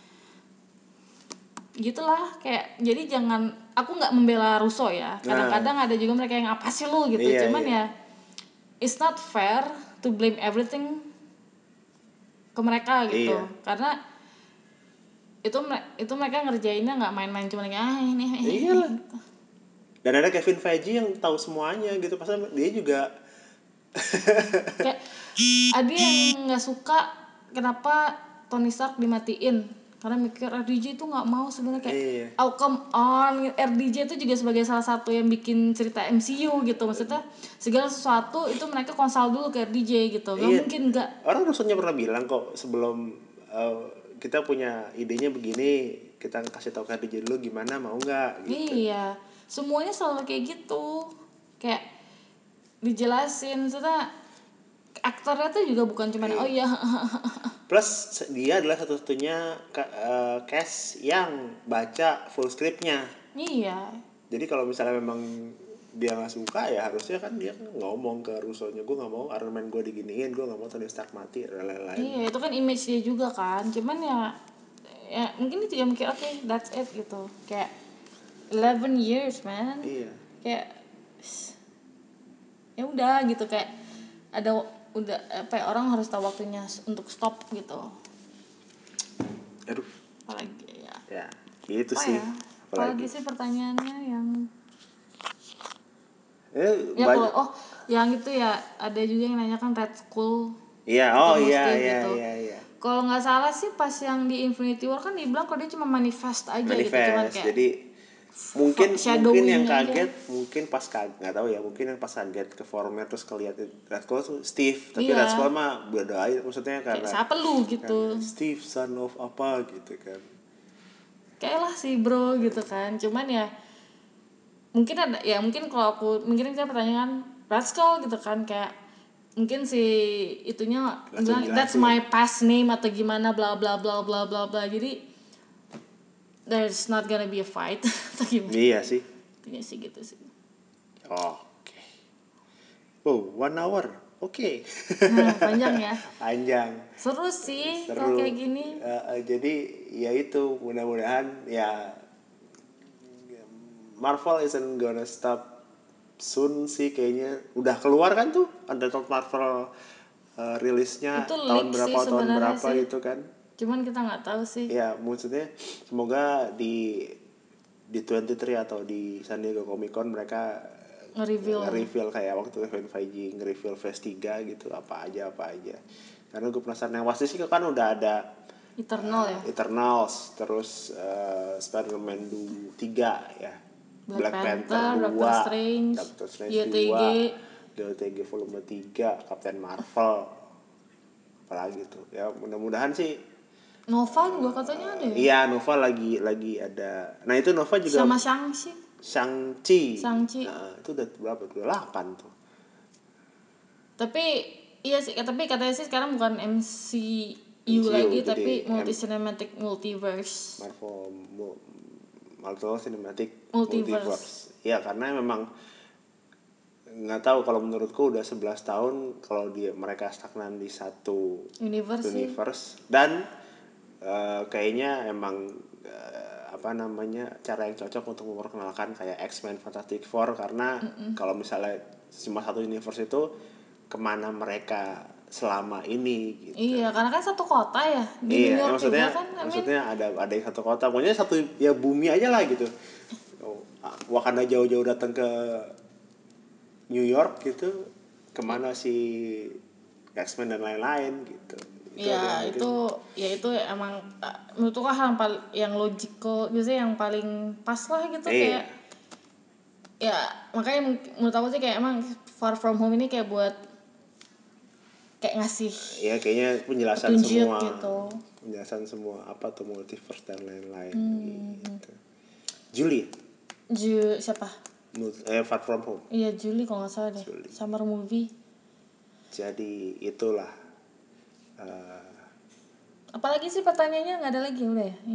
gitulah, kayak jadi jangan, aku nggak membela Russo ya, kadang-kadang ada juga mereka yang apa sih lu gitu. Cuman ya it's not fair to blame everything ke mereka gitu. Karena itu mereka ngerjainnya nggak main-main, cuma ini iyalah. Dan ada Kevin Feige yang tahu semuanya gitu, pasal dia juga kayak ada yang nggak suka kenapa Tony Stark dimatiin karena mikir RDJ itu nggak mau sebenarnya, kayak oh come on, RDJ itu juga sebagai salah satu yang bikin cerita MCU gitu. Maksudnya segala sesuatu itu mereka konsul dulu ke RDJ gitu. Gak mungkin nggak. Orang Rusuhnya pernah bilang kok sebelum kita punya idenya begini, kita kasih tahu ke RDJ dulu gimana, mau nggak gitu. Iya, semuanya selalu kayak gitu, kayak dijelasin. Maksudnya aktornya tuh juga bukan cuma oh iya. Plus dia adalah satu-satunya cast yang baca full scriptnya. Iya. Jadi kalau misalnya memang dia nggak suka ya harusnya kan dia ngomong ke Russo-nya, gue nggak mau Iron Man gue diginiin, gue nggak mau Tony Stark mati dan lain-lain. Iya, itu kan image dia juga kan. Cuman ya mungkin dia juga mikir oke, that's it gitu. Kayak 11 years man. Iya. Kayak ya udah gitu, kayak ada udah orang harus tahu waktunya untuk stop gitu. Aduh. Apalagi ya itu sih. Apalagi sih pertanyaannya yang yang itu ya, ada juga yang nanya kan Red Skull. Iya, gitu. Kalau nggak salah sih pas yang di Infinity War kan dibilang kalau dia cuma manifest aja gitu, cuman kayak jadi mungkin yang kaget aja. mungkin pas nggak tahu ya, mungkin yang pas kaget ke forumnya terus kelihat Red Skull tuh Steve, tapi Red Skull mah beda aja maksudnya karena kayak siapa lu gitu, Steve son of apa gitu kan, kayak lah sih bro gitu kan. Cuman ya mungkin ada ya, mungkin kalau aku mungkin kita pertanyaan Red Skull gitu kan, kayak mungkin si itunya bilang that's my past name atau gimana bla bla bla bla bla bla, jadi there's not gonna be a fight atau gimana. Iya sih. Intinya sih gitu sih. Oke. Oh, 1 hour. Oke. Nah, panjang ya. Panjang. Seru sih kalau kayak gini. Jadi ya itu mudah-mudahan ya Marvel isn't gonna stop soon sih kayaknya. Udah keluar kan tuh Untitled Marvel rilisnya itu tahun berapa sih tahun berapa sih. gitu kan. Cuman kita nggak tahu sih. Ya maksudnya semoga di 23 atau di San Diego Comic Con mereka nge-reveal kayak waktu Kevin Feige nge-reveal Phase 3 gitu apa aja. Karena gue penasaran, yang pasti sih kan udah ada Eternals, terus Spider-Man 3 ya. Black Panther 2, Doctor Strange 2, DOTG volume 3, Captain Marvel. Apalagi tuh. Ya mudah-mudahan sih Nova juga katanya ada ya? Iya, Nova lagi ada. Nah, itu Nova juga sama Shang-Chi. Nah, itu udah berapa? Udah 8 tuh. Tapi iya sih, tapi katanya sih sekarang bukan MCU lagi, tapi multi cinematic multiverse. Marvel Cinematic Multiverse. Ya, karena memang nggak tahu, kalau menurutku udah 11 tahun kalau mereka stagnan di satu universe. Dan kayaknya emang cara yang cocok untuk memperkenalkan kayak X-Men, Fantastic Four, karena kalau misalnya cuma satu universe itu kemana mereka selama ini gitu. Iya, karena kan satu kota ya di New York maksudnya, juga kan. Maksudnya ada yang satu kota, pokoknya satu ya bumi aja lah gitu. Wakanda jauh-jauh datang ke New York gitu, kemana si X-Men dan lain-lain gitu. Itu emang menurutku hal yang logical, biasanya yang paling pas lah gitu. Kayak ya makanya menurut aku sih kayak emang Far From Home ini kayak buat kayak ngasih ya kayaknya penjelasan semua gitu. Penjelasan semua apa tuh multiverse dan lain-lain gitu. Julie siapa? Far From Home. Iya, Julie kalau nggak salah deh. Summer movie. Jadi itulah. Apalagi sih pertanyaannya, nggak ada lagi udah ya?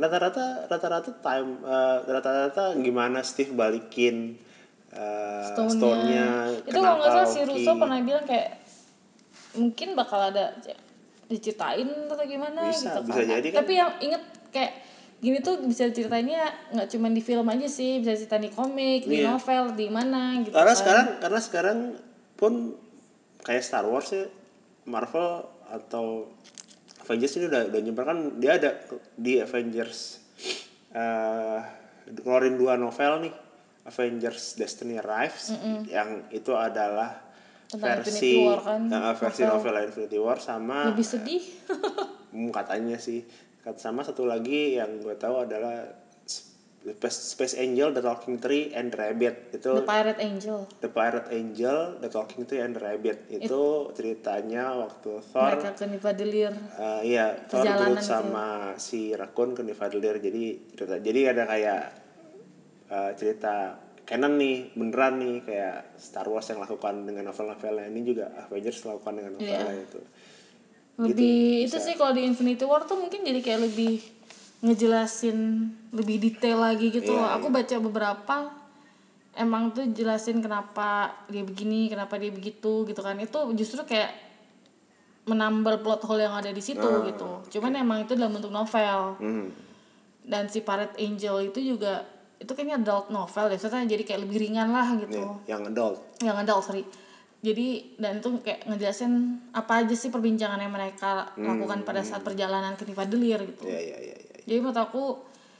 Rata-rata gimana Steve balikin Stone-nya. Itu kalau nggak salah si Russo pernah bilang kayak mungkin bakal ada diceritain atau gimana bisa, gitu kan. Bisa jadi kan. Tapi yang inget kayak gini tuh bisa ceritainnya nggak cuma di film aja sih, bisa cerita di komik, di novel, di mana gitu. Karena sekarang pun kayak Star Wars ya, Marvel atau Avengers ini udah nyebar kan, dia ada di Avengers ngeluarin 2 novel nih, Avengers Destiny Arrives, yang itu adalah versi War, kan? Versi novel Infinity War, sama lebih sedih katanya sih. Sama satu lagi yang gue tahu adalah Space Angel, The Talking Tree and the Rabbit. Itu The Pirate Angel, The Talking Tree and the Rabbit. Itu ceritanya waktu Thor mereka ke Nidavellir. Thor Groot sama si Raccoon ke Nidavellir. Jadi ada kayak cerita canon nih, beneran nih, kayak Star Wars yang lakukan dengan novel-novelnya, ini juga Avengers lakukan dengan novelnya itu. Lebih gitu, itu sih kalau di Infinity War tuh mungkin jadi kayak lebih ngejelasin lebih detail lagi gitu loh. Aku baca beberapa emang tuh jelasin kenapa dia begini, kenapa dia begitu gitu kan. Itu justru kayak menambal plot hole yang ada di situ gitu. Cuman emang itu dalam bentuk novel. Dan si Pirate Angel itu juga itu kayaknya adult novel deh, soalnya jadi kayak lebih ringan lah gitu. Yang adult sorry. Jadi dan itu kayak ngejelasin apa aja sih perbincangan yang mereka lakukan pada saat perjalanan ke Nidavellir gitu. Jadi menurut aku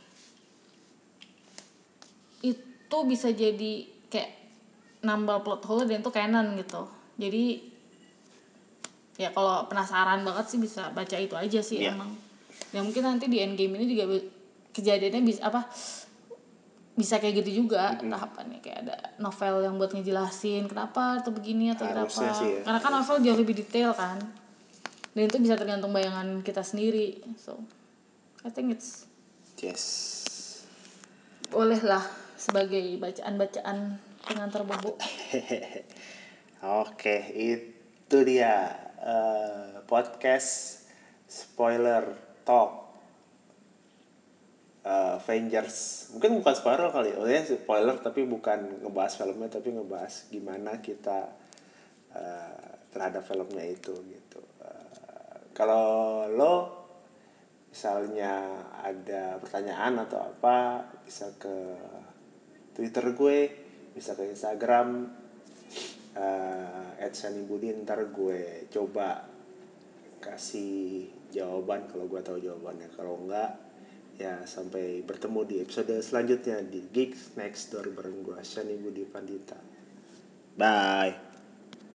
itu bisa jadi kayak nambah plot hole dan itu canon gitu. Jadi ya kalau penasaran banget sih bisa baca itu aja sih emang. Ya mungkin nanti di Endgame ini juga kejadiannya bisa bisa kayak gitu juga tahapannya, kayak ada novel yang buat ngejelasin kenapa atau begini atau Harusnya kenapa sih ya, karena kan novel jauh lebih detail kan, dan itu bisa tergantung bayangan kita sendiri. So I think it's boleh lah sebagai bacaan-bacaan pengantar bobo. Oke, itu dia podcast spoiler talk Avengers. Mungkin bukan spoiler kali ya, spoiler tapi bukan ngebahas filmnya, tapi ngebahas gimana kita terhadap filmnya itu gitu. Kalau lo misalnya ada pertanyaan atau apa, bisa ke Twitter gue, bisa ke Instagram @sanibudi. Ntar gue coba kasih jawaban kalau gue tahu jawabannya. Kalau enggak, ya sampai bertemu di episode selanjutnya di Geeks Next Door bareng gue, Shani Budi Pandita. Bye.